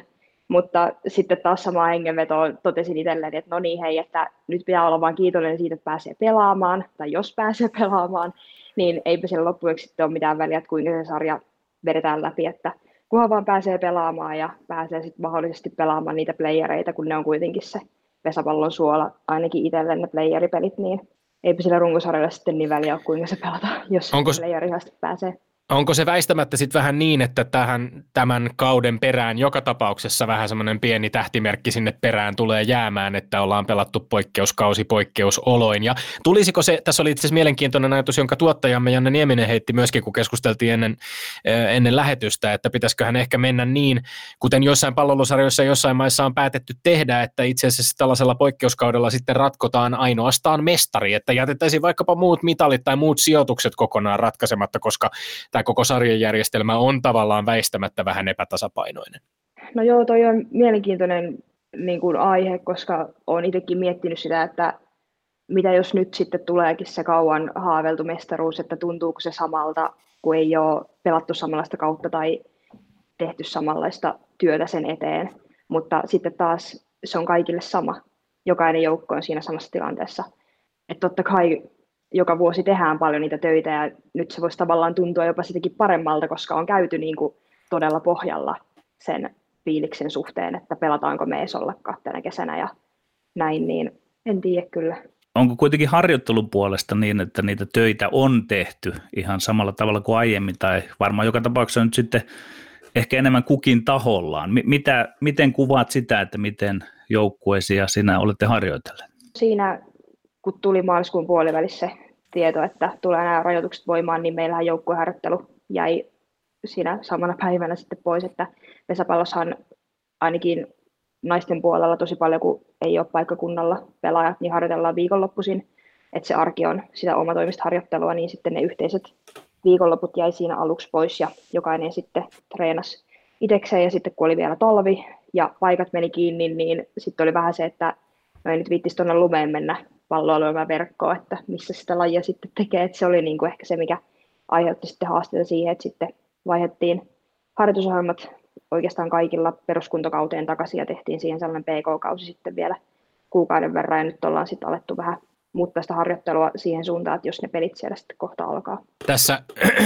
Mutta sitten taas samaan hengenvetoon totesin itselleni, että no niin hei, että nyt pitää olla vaan kiitollinen siitä, että pääsee pelaamaan, tai jos pääsee pelaamaan, niin eipä siellä loppujen sitten ole mitään väliä, että kuinka se sarja vedetään läpi, että kunhan vaan pääsee pelaamaan ja pääsee sitten mahdollisesti pelaamaan niitä playereita, kun ne on kuitenkin se pesäpallon suola, ainakin itselle ne playeripelit, niin eipä sillä runkosarjalla sitten niin väliä ole, kuinka se pelataan, jos Onko... playeriin pääsee. Onko se väistämättä sitten vähän niin, että tähän, tämän kauden perään joka tapauksessa vähän semmoinen pieni tähtimerkki sinne perään tulee jäämään, että ollaan pelattu poikkeuskausi poikkeusoloin. Ja tulisiko se, tässä oli itse asiassa mielenkiintoinen ajatus, jonka tuottajamme Janne Nieminen heitti myöskin, kun keskusteltiin ennen, ennen lähetystä, että pitäisiköhän ehkä mennä niin, kuten jossain palloilusarjoissa jossain maissa on päätetty tehdä, että itse asiassa tällaisella poikkeuskaudella sitten ratkotaan ainoastaan mestari, että jätettäisiin vaikkapa muut mitalit tai muut sijoitukset kokonaan ratkaisematta, koska tämä koko sarjajärjestelmä on tavallaan väistämättä vähän epätasapainoinen. No joo, toi on mielenkiintoinen niin kuin aihe, koska olen itsekin miettinyt sitä, että mitä jos nyt sitten tuleekin se kauan haaveiltu mestaruus, että tuntuuko se samalta, kun ei ole pelattu samanlaista kautta tai tehty samanlaista työtä sen eteen, mutta sitten taas se on kaikille sama. Jokainen joukko on siinä samassa tilanteessa. Että totta kai joka vuosi tehdään paljon niitä töitä ja nyt se voisi tavallaan tuntua jopa sitäkin paremmalta, koska on käyty niin kuin todella pohjalla sen fiiliksen suhteen, että pelataanko me Esolla kahtena kesänä ja näin, niin en tiedä kyllä. Onko kuitenkin harjoittelun puolesta niin, että niitä töitä on tehty ihan samalla tavalla kuin aiemmin tai varmaan joka tapauksessa nyt sitten ehkä enemmän kukin tahollaan? Mitä, miten kuvaat sitä, että miten joukkueesi ja sinä olette harjoitelleet? Siinä kun tuli maaliskuun puolivälissä tieto, että tulee nämä rajoitukset voimaan, niin meillähän joukkueharjoittelu jäi siinä samana päivänä sitten pois, että pesäpallossahan ainakin naisten puolella tosi paljon, kun ei ole paikkakunnalla pelaajat, niin harjoitellaan viikonloppuisin, että se arki on sitä omatoimista harjoittelua, niin sitten ne yhteiset viikonloput jäi siinä aluksi pois ja jokainen sitten treenasi itsekseen ja sitten kun oli vielä talvi ja paikat meni kiinni, niin sitten oli vähän se, että no ei nyt viittisi tuonne lumeen mennä palloa lyömään verkkoa, että missä sitä lajia sitten tekee, että se oli niin kuin ehkä se, mikä aiheutti sitten haasteita siihen, että sitten vaihdettiin harjoitusohjelmat oikeastaan kaikilla peruskuntokauteen takaisin ja tehtiin siihen sellainen P K-kausi sitten vielä kuukauden verran ja nyt ollaan sitten alettu vähän muuttaa sitä harjoittelua siihen suuntaan, että jos ne pelit siellä sitten kohta alkaa. Tässä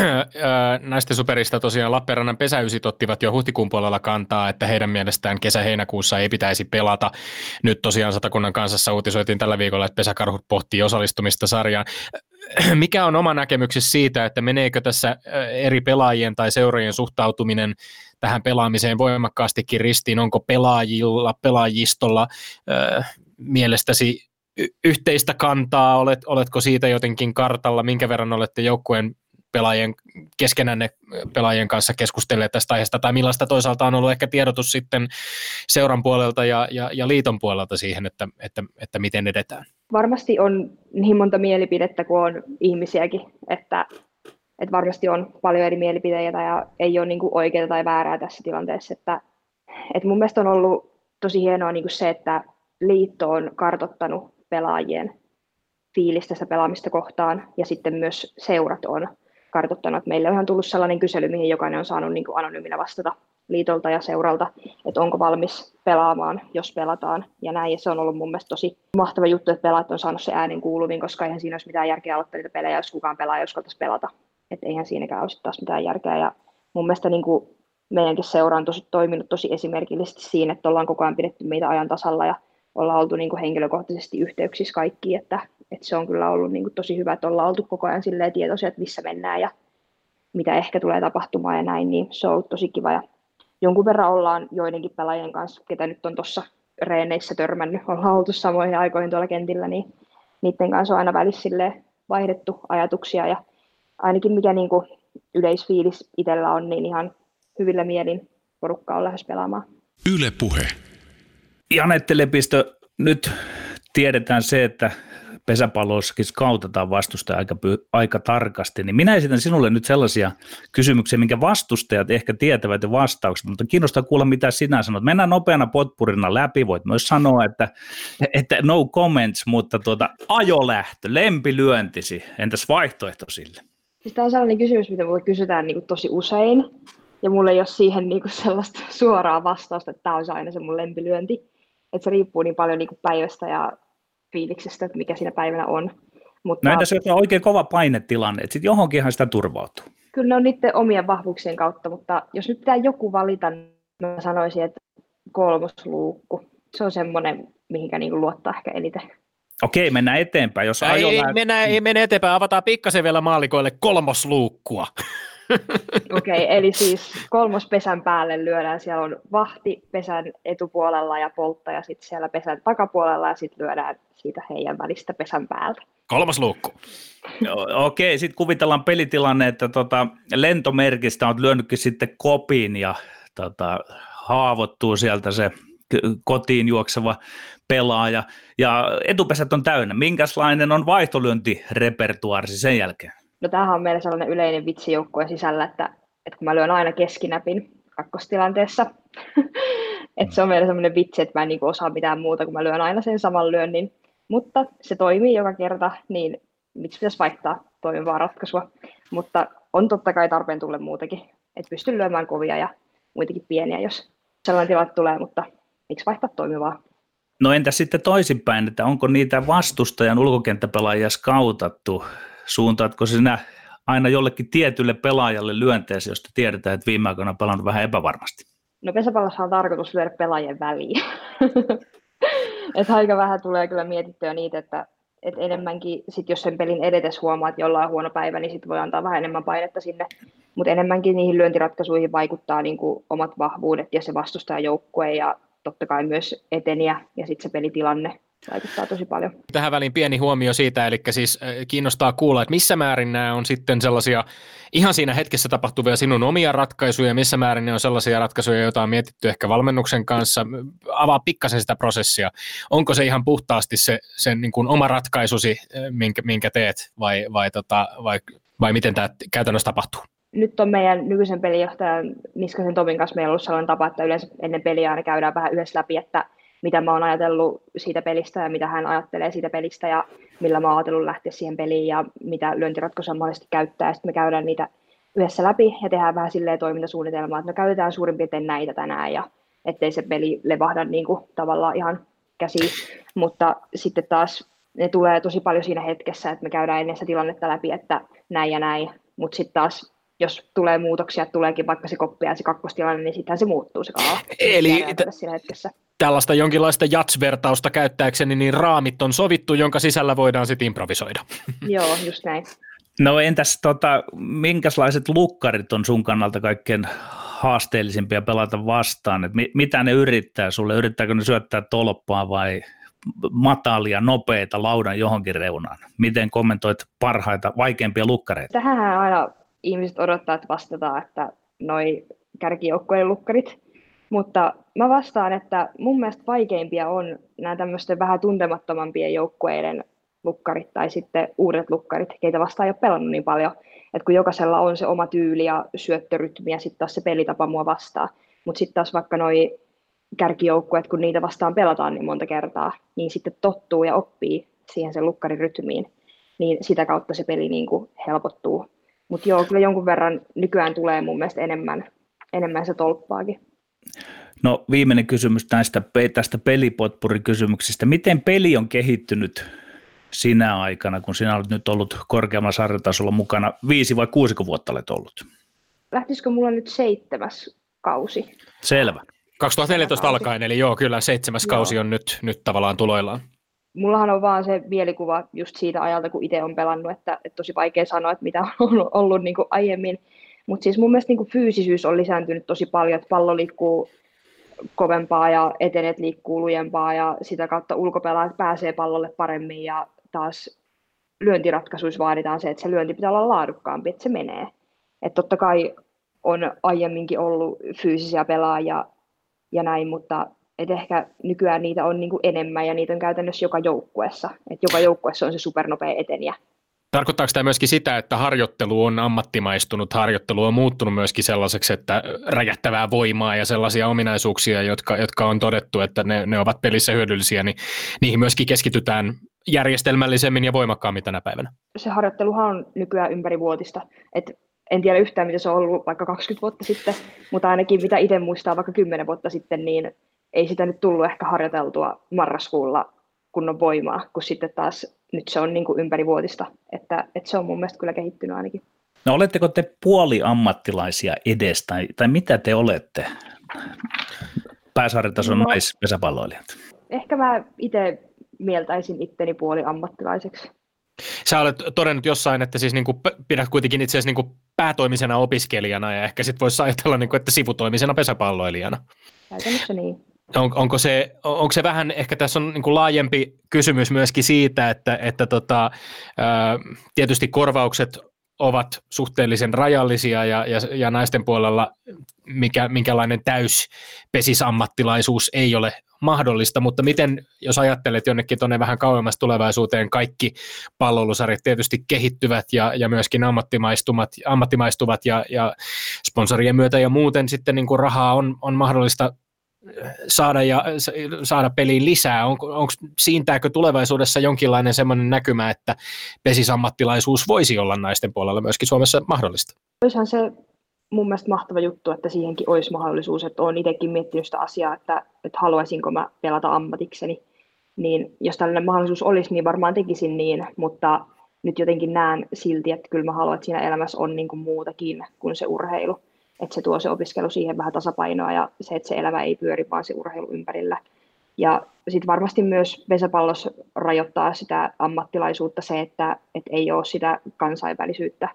naisten superista tosiaan Lappeenrannan pesäysit ottivat jo huhtikuun puolella kantaa, että heidän mielestään kesä-heinäkuussa ei pitäisi pelata. Nyt tosiaan Satakunnan Kansassa uutisoitiin tällä viikolla, että pesäkarhut pohtii osallistumista sarjaan. Mikä on oma näkemyksesi siitä, että meneekö tässä eri pelaajien tai seurojen suhtautuminen tähän pelaamiseen voimakkaastikin ristiin? Onko pelaajilla, pelaajistolla äh, mielestäsi y- yhteistä kantaa? Olet, oletko siitä jotenkin kartalla? Minkä verran olette joukkueen pelaajien, keskenänne pelaajien kanssa keskustelleet tästä aiheesta? Tai millaista toisaalta on ollut ehkä tiedotus sitten seuran puolelta ja, ja, ja liiton puolelta siihen, että, että, että miten edetään? Varmasti on niin monta mielipidettä kuin on ihmisiäkin, että, että varmasti on paljon eri mielipiteitä ja ei ole niin kuin oikeaa tai väärää tässä tilanteessa. Että, että mun mielestä on ollut tosi hienoa niin kuin se, että liitto on kartoittanut pelaajien fiilistä sitä pelaamista kohtaan ja sitten myös seurat on kartoittanut. Että meille on ihan tullut sellainen kysely, mihin jokainen on saanut niin kuin anonyyminä vastata liitolta ja seuralta, että onko valmis pelaamaan, jos pelataan ja näin. Ja se on ollut mun mielestä tosi mahtava juttu, että pelaajat on saanut se äänen kuuluviin, koska eihän siinä olisi mitään järkeä aloittaa niitä pelejä, jos kukaan pelaa ja uskaltaisi pelata. Että eihän siinäkään olisi taas mitään järkeä. Ja mun mielestä niin kuin meidänkin seura on tosi, toiminut tosi esimerkillisesti siinä, että ollaan koko ajan pidetty meitä ajan tasalla ja ollaan oltu niin kuin henkilökohtaisesti yhteyksissä kaikkiin, että, että se on kyllä ollut niin kuin tosi hyvä, että ollaan oltu koko ajan silleen tietoisia, että missä mennään ja mitä ehkä tulee tapahtumaan ja näin, niin se on ollut tosi kiva. Ja jonkun verran ollaan joidenkin pelaajien kanssa, ketä nyt on tuossa reeneissä törmännyt, ollaan oltu samoihin aikoihin tuolla kentillä, niin niiden kanssa on aina välissä vaihdettu ajatuksia ja ainakin mikä niin kuin yleisfiilis itsellä on, niin ihan hyvillä mielin porukka on lähes pelaamaan. Yle Puhe. Janette Lepistö, nyt tiedetään se, että pesäpalloissakin skautetaan vastustaja aika, aika tarkasti, niin minä esitän sinulle nyt sellaisia kysymyksiä, minkä vastustajat ehkä tietävät jo vastaukset, mutta kiinnostaa kuulla, mitä sinä sanot. Mennään nopeana potpurina läpi, voit myös sanoa, että, että no comments, mutta tuota, ajolähtö, lempilyöntisi, entäs vaihtoehto sille? Siis tämä on sellainen kysymys, mitä voi kysytään niin kuin tosi usein, Ja mulla ei ole siihen niinku sellaista suoraa vastausta, että tämä olisi aina se mun lempilyönti. Että se riippuu niin paljon niinku päivästä ja fiiliksestä, että mikä siinä päivänä on. Mutta, no entäs jos on oikein kova painetilanne, että sitten johonkinhan sitä turvautuu? Kyllä ne on niiden omien vahvuuksien kautta, mutta jos nyt pitää joku valita, niin mä sanoisin, että kolmosluukku. Se on semmoinen, mihinkä niinku luottaa ehkä eniten. Okei, mennään eteenpäin. Jos ei, ei, läht... mennään, ei mene eteenpäin, avataan pikkasen vielä maalikoille kolmosluukkua. Okei, okay, eli siis kolmos pesän päälle lyödään, siellä on vahti pesän etupuolella ja polttaja sitten siellä pesän takapuolella ja sitten lyödään siitä heidän välistä pesän päältä. Kolmosluukku. Okei, sitten kuvitellaan pelitilanne, että tota, lentomerkistä on lyönytkin sitten kopin ja tota, haavoittuu sieltä se kotiin juokseva pelaaja ja etupesät on täynnä. Minkälainen on vaihtolyöntirepertuaarisi sen jälkeen? No tämähän on meillä sellainen yleinen vitsi joukkueen sisällä, että, että kun mä lyön aina keskinäpin kakkostilanteessa, että se on meillä sellainen vitsi, että mä en niin osaa mitään muuta, kun mä lyön aina sen saman lyönnin, mutta se toimii joka kerta, niin miksi pitäisi vaihtaa toimivaa ratkaisua, mutta on totta kai tarpeen tulla muutakin, että pystyn lyömään kovia ja muitakin pieniä, jos sellainen tilanne tulee, mutta miksi vaihtaa toimivaa? No entä sitten toisinpäin, että onko niitä vastustajan ulkokenttäpelaajia skautattu? Suuntaatko sinä aina jollekin tietylle pelaajalle lyönteeseen, josta tiedetään, että viime aikoina on pelannut vähän epävarmasti? No pesäpallossa on tarkoitus lyödä pelaajien väliin. Että aika vähän tulee kyllä mietittyä niitä, että, että enemmänkin, sit jos sen pelin edetes huomaa, että jollain on huono päivä, niin sit voi antaa vähän enemmän painetta sinne. Mutta enemmänkin niihin lyöntiratkaisuihin vaikuttaa niin kuin omat vahvuudet ja se vastustajajoukkue ja totta kai myös eteniä ja sitten se pelitilanne. Vaikuttaa tosi paljon. Tähän väliin pieni huomio siitä, eli siis kiinnostaa kuulla, että missä määrin nämä on sitten sellaisia ihan siinä hetkessä tapahtuvia sinun omia ratkaisuja, missä määrin ne on sellaisia ratkaisuja, joita on mietitty ehkä valmennuksen kanssa. Avaa pikkasen sitä prosessia. Onko se ihan puhtaasti se sen niin kuin oma ratkaisusi, minkä, minkä teet, vai, vai, tota, vai, vai miten tämä käytännössä tapahtuu? Nyt on meidän nykyisen pelinjohtajan Niskasen Tomin kanssa meillä on ollut sellainen tapa, että yleensä ennen peliä aina käydään vähän yhdessä läpi, että mitä mä oon ajatellut siitä pelistä ja mitä hän ajattelee siitä pelistä ja millä mä oon ajatellut lähteä siihen peliin ja mitä lyöntiratkaisuja mahdollisesti käyttää. Ja sitten me käydään niitä yhdessä läpi ja tehdään vähän silleen toimintasuunnitelmaa, että me käytetään suurin piirtein näitä tänään ja ettei se peli levahda niin kuin tavallaan ihan käsiin. Mutta sitten taas ne tulee tosi paljon siinä hetkessä, että me käydään ennen sitä tilannetta läpi, että näin ja näin. Mutta sitten taas jos tulee muutoksia, tuleekin vaikka se koppi ja se kakkostilanne, niin sittenhän se muuttuu se kaava. Eli siinä hetkessä. Tällaista jonkinlaista jats-vertausta käyttääkseni, niin raamit on sovittu, jonka sisällä voidaan sitten improvisoida. Joo, just näin. No entäs tota, minkälaiset lukkarit on sun kannalta kaikkein haasteellisimpia pelata vastaan? Et mitä ne yrittää sulle? Yrittääkö ne syöttää tolppaa vai matalia, nopeita laudan johonkin reunaan? Miten kommentoit parhaita, vaikeimpia lukkareita? Tähän aina ihmiset odottaa, että vastataan, että noi kärkijoukkojen lukkarit. Mutta mä vastaan, että mun mielestä vaikeimpia on nämä tämmöisten vähän tuntemattomampien joukkueiden lukkarit tai sitten uudet lukkarit, keitä vastaan ei ole pelannut niin paljon. Että kun jokaisella on se oma tyyli ja syöttörytmi ja sitten taas se pelitapa mua vastaan. Mutta sitten taas vaikka noi kärkijoukkueet, kun niitä vastaan pelataan niin monta kertaa, niin sitten tottuu ja oppii siihen sen lukkarin rytmiin. Niin sitä kautta se peli niin kuin helpottuu. Mutta joo, kyllä jonkun verran nykyään tulee mun mielestä enemmän, enemmän se tolppaakin. No viimeinen kysymys näistä, tästä pelipotpurikysymyksistä. Miten peli on kehittynyt sinä aikana, kun sinä olet nyt ollut korkeammalla sarjatasolla mukana? Viisi vai kuusiko vuotta olet ollut? Lähtisikö mulla nyt seitsemäs kausi? Selvä. kaksituhattaneljätoista alkaen, eli joo, kyllä seitsemäs joo. kausi on nyt, nyt tavallaan tuloillaan. Mullahan on vaan se mielikuva just siitä ajalta, kun itse on pelannut, että, että tosi vaikea sanoa, että mitä on ollut, ollut niin kuin aiemmin. Mutta siis mun mielestä niin kuin fyysisyys on lisääntynyt tosi paljon, että pallo liikkuu kovempaa ja etenet liikkuu lujempaa ja sitä kautta ulkopelaajat pääsee pallolle paremmin ja taas lyöntiratkaisuissa vaaditaan se, että se lyönti pitää olla laadukkaampi, että se menee. Että totta kai on aiemminkin ollut fyysisiä pelaajia ja näin, mutta et ehkä nykyään niitä on niinku enemmän ja niitä on käytännössä joka joukkueessa. Et joka joukkueessa on se supernopea eteniä. Tarkoittaako tämä myöskin sitä, että harjoittelu on ammattimaistunut, harjoittelu on muuttunut myöskin sellaiseksi, että räjähtävää voimaa ja sellaisia ominaisuuksia, jotka, jotka on todettu, että ne, ne ovat pelissä hyödyllisiä, niin niihin myöskin keskitytään järjestelmällisemmin ja voimakkaammin tänä päivänä? Se harjoitteluhan on nykyään ympärivuotista, että en tiedä yhtään, mitä se on ollut vaikka kaksikymmentä vuotta sitten, mutta ainakin mitä itse muistaa vaikka kymmenen vuotta sitten, niin ei sitä nyt tullut ehkä harjoiteltua marraskuulla kunnon voimaa, kun sitten taas nyt se on niin kuin ympärivuotista, että, että se on mun mielestä kyllä kehittynyt ainakin. No oletteko te puoliammattilaisia edes, tai, tai mitä te olette pääsarjatason no, naispesäpalloilijat? Ehkä mä itse mieltäisin itteni puoliammattilaiseksi. Sä olet todennut jossain, että siis niin kuin pidät kuitenkin itse asiassa niin kuin päätoimisena opiskelijana ja ehkä sitten voisi ajatella, niin kuin, että sivutoimisena pesäpalloilijana. Käytännössä niin. On, onko, se, onko se vähän, ehkä tässä on niin kuin laajempi kysymys myöskin siitä, että, että tota, ää, tietysti korvaukset ovat suhteellisen rajallisia ja, ja, ja naisten puolella mikä, minkälainen täyspesisammattilaisuus ei ole mahdollista, mutta miten, jos ajattelet jonnekin tuonne vähän kauemmas tulevaisuuteen, kaikki palloilusarjat tietysti kehittyvät ja, ja myöskin ammattimaistuvat, ammattimaistuvat ja, ja sponsorien myötä ja muuten sitten niin kuin rahaa on, on mahdollista saada, ja, saada peliin lisää. On, onko siintääkö tulevaisuudessa jonkinlainen semmoinen näkymä, että pesisammattilaisuus voisi olla naisten puolella myöskin Suomessa mahdollista? Olisihan se mun mielestä mahtava juttu, että siihenkin olisi mahdollisuus, että olen itsekin miettinyt sitä asiaa, että, että haluaisinko mä pelata ammatikseni, niin jos tällainen mahdollisuus olisi, niin varmaan tekisin niin, mutta nyt jotenkin näen silti, että kyllä mä haluan, että siinä elämässä on niin kuin muutakin kuin se urheilu, että se tuo se opiskelu siihen vähän tasapainoa ja se, että se elämä ei pyöri vaan se urheilu ympärillä. Ja sitten varmasti myös pesäpallossa rajoittaa sitä ammattilaisuutta se, että, että ei ole sitä kansainvälisyyttä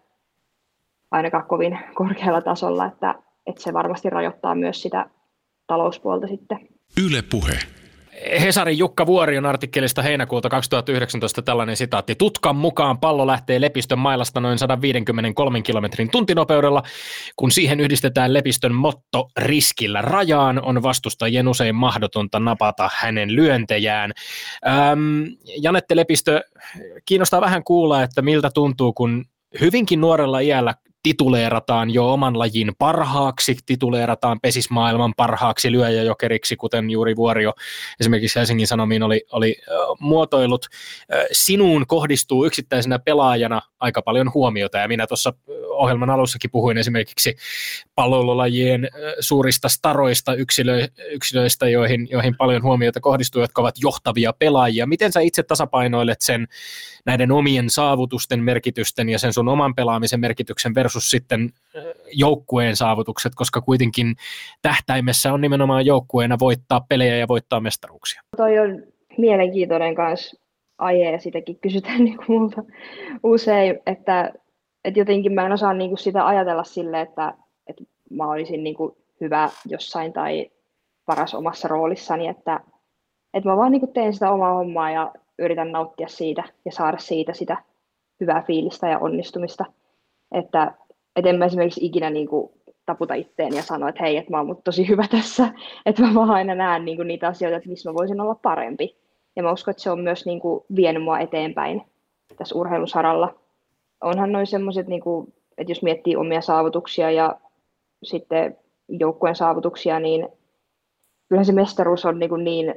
ainakaan kovin korkealla tasolla, että, että se varmasti rajoittaa myös sitä talouspuolta sitten. Yle Puhe. Hesarin Jukka Vuorion artikkelista heinäkuulta kaksituhattayhdeksäntoista tällainen sitaatti. Tutkan mukaan pallo lähtee Lepistön mailasta noin sata viisikymmentäkolme kilometrin tuntinopeudella. Kun siihen yhdistetään Lepistön motto riskillä rajaan, on vastustajien usein mahdotonta napata hänen lyöntejään. Ähm, Janette Lepistö, kiinnostaa vähän kuulla, että miltä tuntuu, kun hyvinkin nuorella iällä tituleerataan jo oman lajin parhaaksi, tituleerataan pesismaailman parhaaksi lyöjäjokeriksi, kuten juuri Vuorio esimerkiksi Helsingin Sanomiin oli, oli äh, muotoillut. Äh, sinuun kohdistuu yksittäisenä pelaajana aika paljon huomiota, ja minä tuossa ohjelman alussakin puhuin esimerkiksi palloilulajien äh, suurista staroista, yksilö, yksilöistä, joihin, joihin paljon huomiota kohdistuu, jotka ovat johtavia pelaajia. Miten sä itse tasapainoilet sen näiden omien saavutusten merkitysten ja sen sun oman pelaamisen merkityksen versus sitten joukkueen saavutukset, koska kuitenkin tähtäimessä on nimenomaan joukkueena voittaa pelejä ja voittaa mestaruuksia? Toi on mielenkiintoinen kanssa aihe ja sitäkin kysytään niin kuin multa usein, että, että jotenkin mä en osaa niin kuin sitä ajatella silleen, että, että mä olisin niin kuin hyvä jossain tai paras omassa roolissani, että, että mä vaan niin kuin teen sitä omaa hommaa ja yritän nauttia siitä ja saada siitä sitä hyvää fiilistä ja onnistumista. Että et en mä esimerkiksi ikinä niin kuin taputa itteen ja sano, että hei, että mä oon mut tosi hyvä tässä. Että mä vaan aina näen niin kuin niitä asioita, että missä mä voisin olla parempi. Ja mä uskon, että se on myös niin kuin vienyt mua eteenpäin tässä urheilun saralla. Onhan noin semmoiset, niin kuin, että jos miettii omia saavutuksia ja sitten joukkueen saavutuksia, niin kyllähän se mestaruus on niin, kuin niin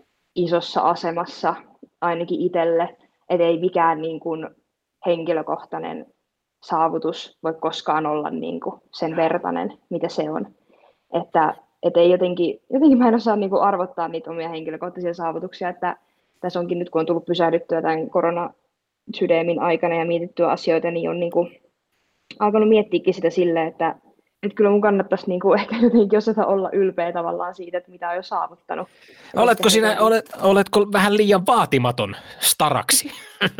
isossa asemassa ainakin itselle, että ei mikään niin kuin henkilökohtainen saavutus voi koskaan olla niin kuin sen vertainen, mitä se on. Että et ei jotenkin, jotenkin mä en osaa niin kuin arvottaa niitä omia henkilökohtaisia saavutuksia, että tässä onkin nyt, kun on tullut pysähdyttyä tämän koronasydeemin aikana ja mietittyä asioita, niin on niin kuin alkanut miettiäkin sitä silleen, että että kyllä mun kannattaisi niin kuin ehkä jotenkin osata olla ylpeä tavallaan siitä, että mitä on jo saavuttanut. Oletko, sinä, olet, oletko vähän liian vaatimaton staraksi?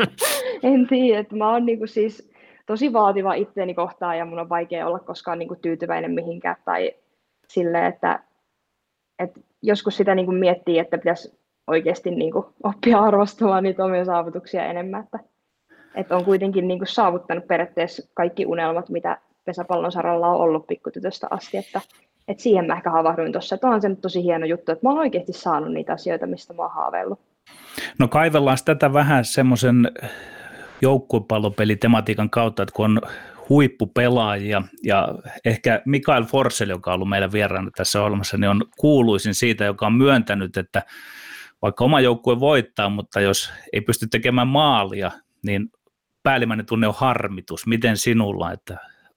En tiedä, että mä oon niin kuin siis tosi vaativa itseäni kohtaan ja mun on vaikea olla koskaan niin kuin tyytyväinen mihinkään tai silleen, että, että joskus sitä niin kuin miettii, että pitäisi oikeasti niin kuin oppia arvostamaan niitä omia saavutuksia enemmän, että, että on kuitenkin niin kuin saavuttanut periaatteessa kaikki unelmat, mitä pesäpallon saralla on ollut pikkutytöstä asti, että, että siihen mä ehkä havahduin tuossa, että on se nyt tosi hieno juttu, että mä oon oikeasti saanut niitä asioita, mistä mä oon haaveillut. No kaivellaan tätä vähän semmoisen joukkuepallopelitematiikan kautta, että kun on huippupelaajia ja ehkä Mikael Forsell, joka on ollut meillä vieraana tässä ohjelmassa, niin on kuuluisin siitä, joka on myöntänyt, että vaikka oma joukkue voittaa, mutta jos ei pysty tekemään maalia, niin päällimmäinen tunne on harmitus. Miten sinulla, että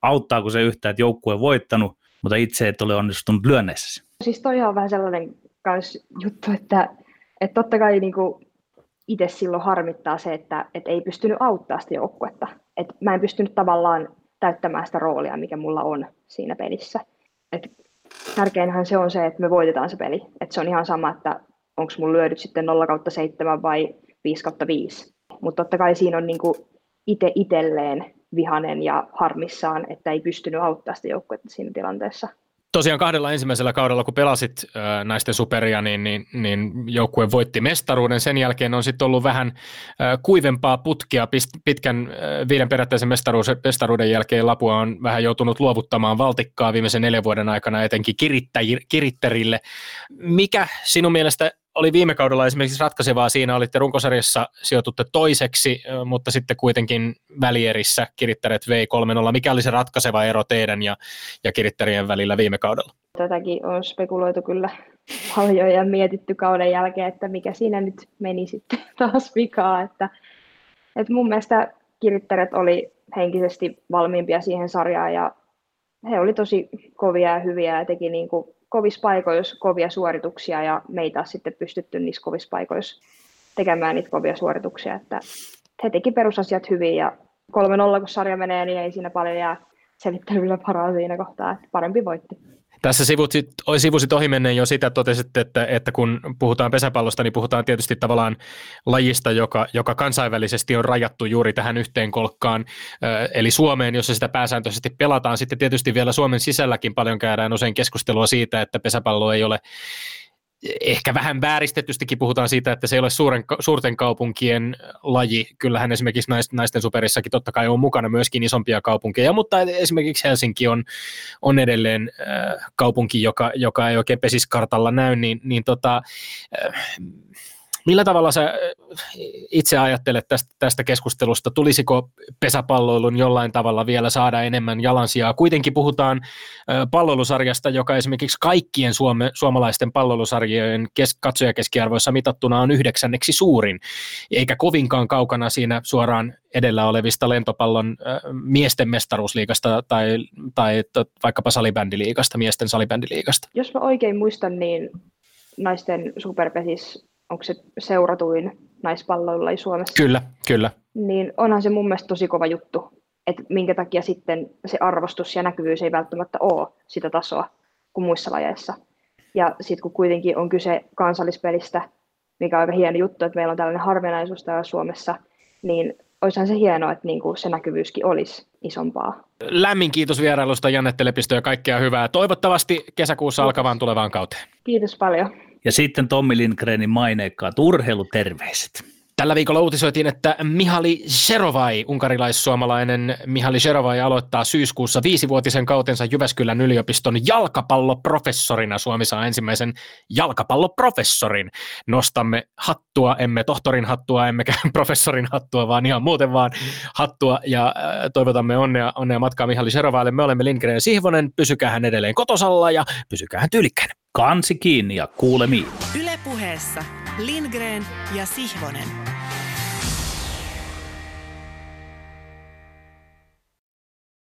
auttaako se yhtään, että joukkue on voittanut, mutta itse et ole onnistunut lyönneissä? Siis toi on vähän sellainen kans juttu, että, että totta kai niin kuin itse silloin harmittaa se, että, että ei pystynyt auttaa sitä joukkuetta. Että mä en pystynyt tavallaan täyttämään sitä roolia, mikä mulla on siinä pelissä. Et tärkeinhän se on se, että me voitetaan se peli. Et se on ihan sama, että onko mun lyödyt sitten nolla kautta seitsemän vai viisi kautta viisi. Mutta totta kai siinä on niinku itse itselleen vihanen ja harmissaan, että ei pystynyt auttaa sitä joukkuetta siinä tilanteessa. Tosiaan kahdella ensimmäisellä kaudella, kun pelasit äh, naisten superia, niin, niin, niin joukkue voitti mestaruuden. Sen jälkeen on sitten ollut vähän äh, kuivempaa putkia. Pist, pitkän äh, viiden perättäisen mestaruuden jälkeen Lapua on vähän joutunut luovuttamaan valtikkaa viimeisen neljän vuoden aikana, etenkin kirittärille. Mikä sinun mielestä oli viime kaudella esimerkiksi ratkaisevaa? Siinä olitte runkosarjassa sijoitutte toiseksi, mutta sitten kuitenkin välierissä Kirittäret vei kolme nolla. Mikä oli se ratkaiseva ero teidän ja, ja Kirittärien välillä viime kaudella? Tätäkin on spekuloitu kyllä paljon ja mietitty kauden jälkeen, että mikä siinä nyt meni sitten taas vikaa. Että, että mun mielestä Kirittäret oli henkisesti valmiimpia siihen sarjaan ja he oli tosi kovia ja hyviä ja teki niin kuin kovissa paikoissa kovia suorituksia ja me ei taas sitten pystytty niissä kovissa paikoissa tekemään niitä kovia suorituksia. Että he teki perusasiat hyvin ja kolme nolla kun sarja menee, niin ei siinä paljon jää selittelyllä paraa siinä kohtaa, että parempi voitti. Tässä sivusit, sivusit ohimenneen jo sitä, totesit, että, että kun puhutaan pesäpallosta, niin puhutaan tietysti tavallaan lajista, joka, joka kansainvälisesti on rajattu juuri tähän yhteen kolkkaan, eli Suomeen, jossa sitä pääsääntöisesti pelataan. Sitten tietysti vielä Suomen sisälläkin paljon käydään usein keskustelua siitä, että pesäpallo ei ole, ehkä vähän vääristetystikin puhutaan siitä, että se ei ole suuren, suurten kaupunkien laji. Kyllähän esimerkiksi naisten superissakin totta kai on mukana myöskin isompia kaupunkeja, mutta esimerkiksi Helsinki on, on edelleen äh, kaupunki, joka, joka ei oikein pesiskartalla näy, niin, niin tota, äh, millä tavalla sä itse ajattelet tästä, tästä keskustelusta? Tulisiko pesäpalloilun jollain tavalla vielä saada enemmän jalansijaa? Kuitenkin puhutaan palloilusarjasta, joka esimerkiksi kaikkien suome, suomalaisten palloilusarjojen kes, katsojakeskiarvoissa mitattuna on yhdeksänneksi suurin, eikä kovinkaan kaukana siinä suoraan edellä olevista lentopallon äh, miesten mestaruusliigasta tai, tai t- vaikkapa salibändiliigasta, miesten salibändiliigasta. Jos mä oikein muistan, niin naisten superpesis, onko se seuratuin naispalloilla Suomessa? Kyllä, kyllä. Niin onhan se mun mielestä tosi kova juttu, että minkä takia sitten se arvostus ja näkyvyys ei välttämättä ole sitä tasoa kuin muissa lajeissa. Ja sitten kun kuitenkin on kyse kansallispelistä, mikä on aika hieno juttu, että meillä on tällainen harvinaisuus täällä Suomessa, niin olisihan se hienoa, että niinku se näkyvyyskin olisi isompaa. Lämmin kiitos vierailusta, Janette Lepistö, ja kaikkea hyvää. Toivottavasti kesäkuussa alkavaan tulevaan kauteen. Kiitos paljon. Ja sitten Tommi Lindgrenin maineikkaat urheiluterveiset. Tällä viikolla uutisoitiin, että Mihaly Šerovai, unkarilais-suomalainen Mihaly Šerovai, aloittaa syyskuussa viisivuotisen kautensa Jyväskylän yliopiston jalkapalloprofessorina. Suomi saa ensimmäisen jalkapalloprofessorin. Nostamme hattua, emme tohtorin hattua, emmekä professorin hattua, vaan ihan muuten vaan hattua, ja toivotamme onnea, onnea matkaa Mihaly Šerovaille. Me olemme Lindgren ja Sihvonen, pysykäähän edelleen kotosalla ja pysykäähän tyylikkäin. Kansi kiinni ja kuulemiin. Yle Puheessa Lindgren ja Sihvonen.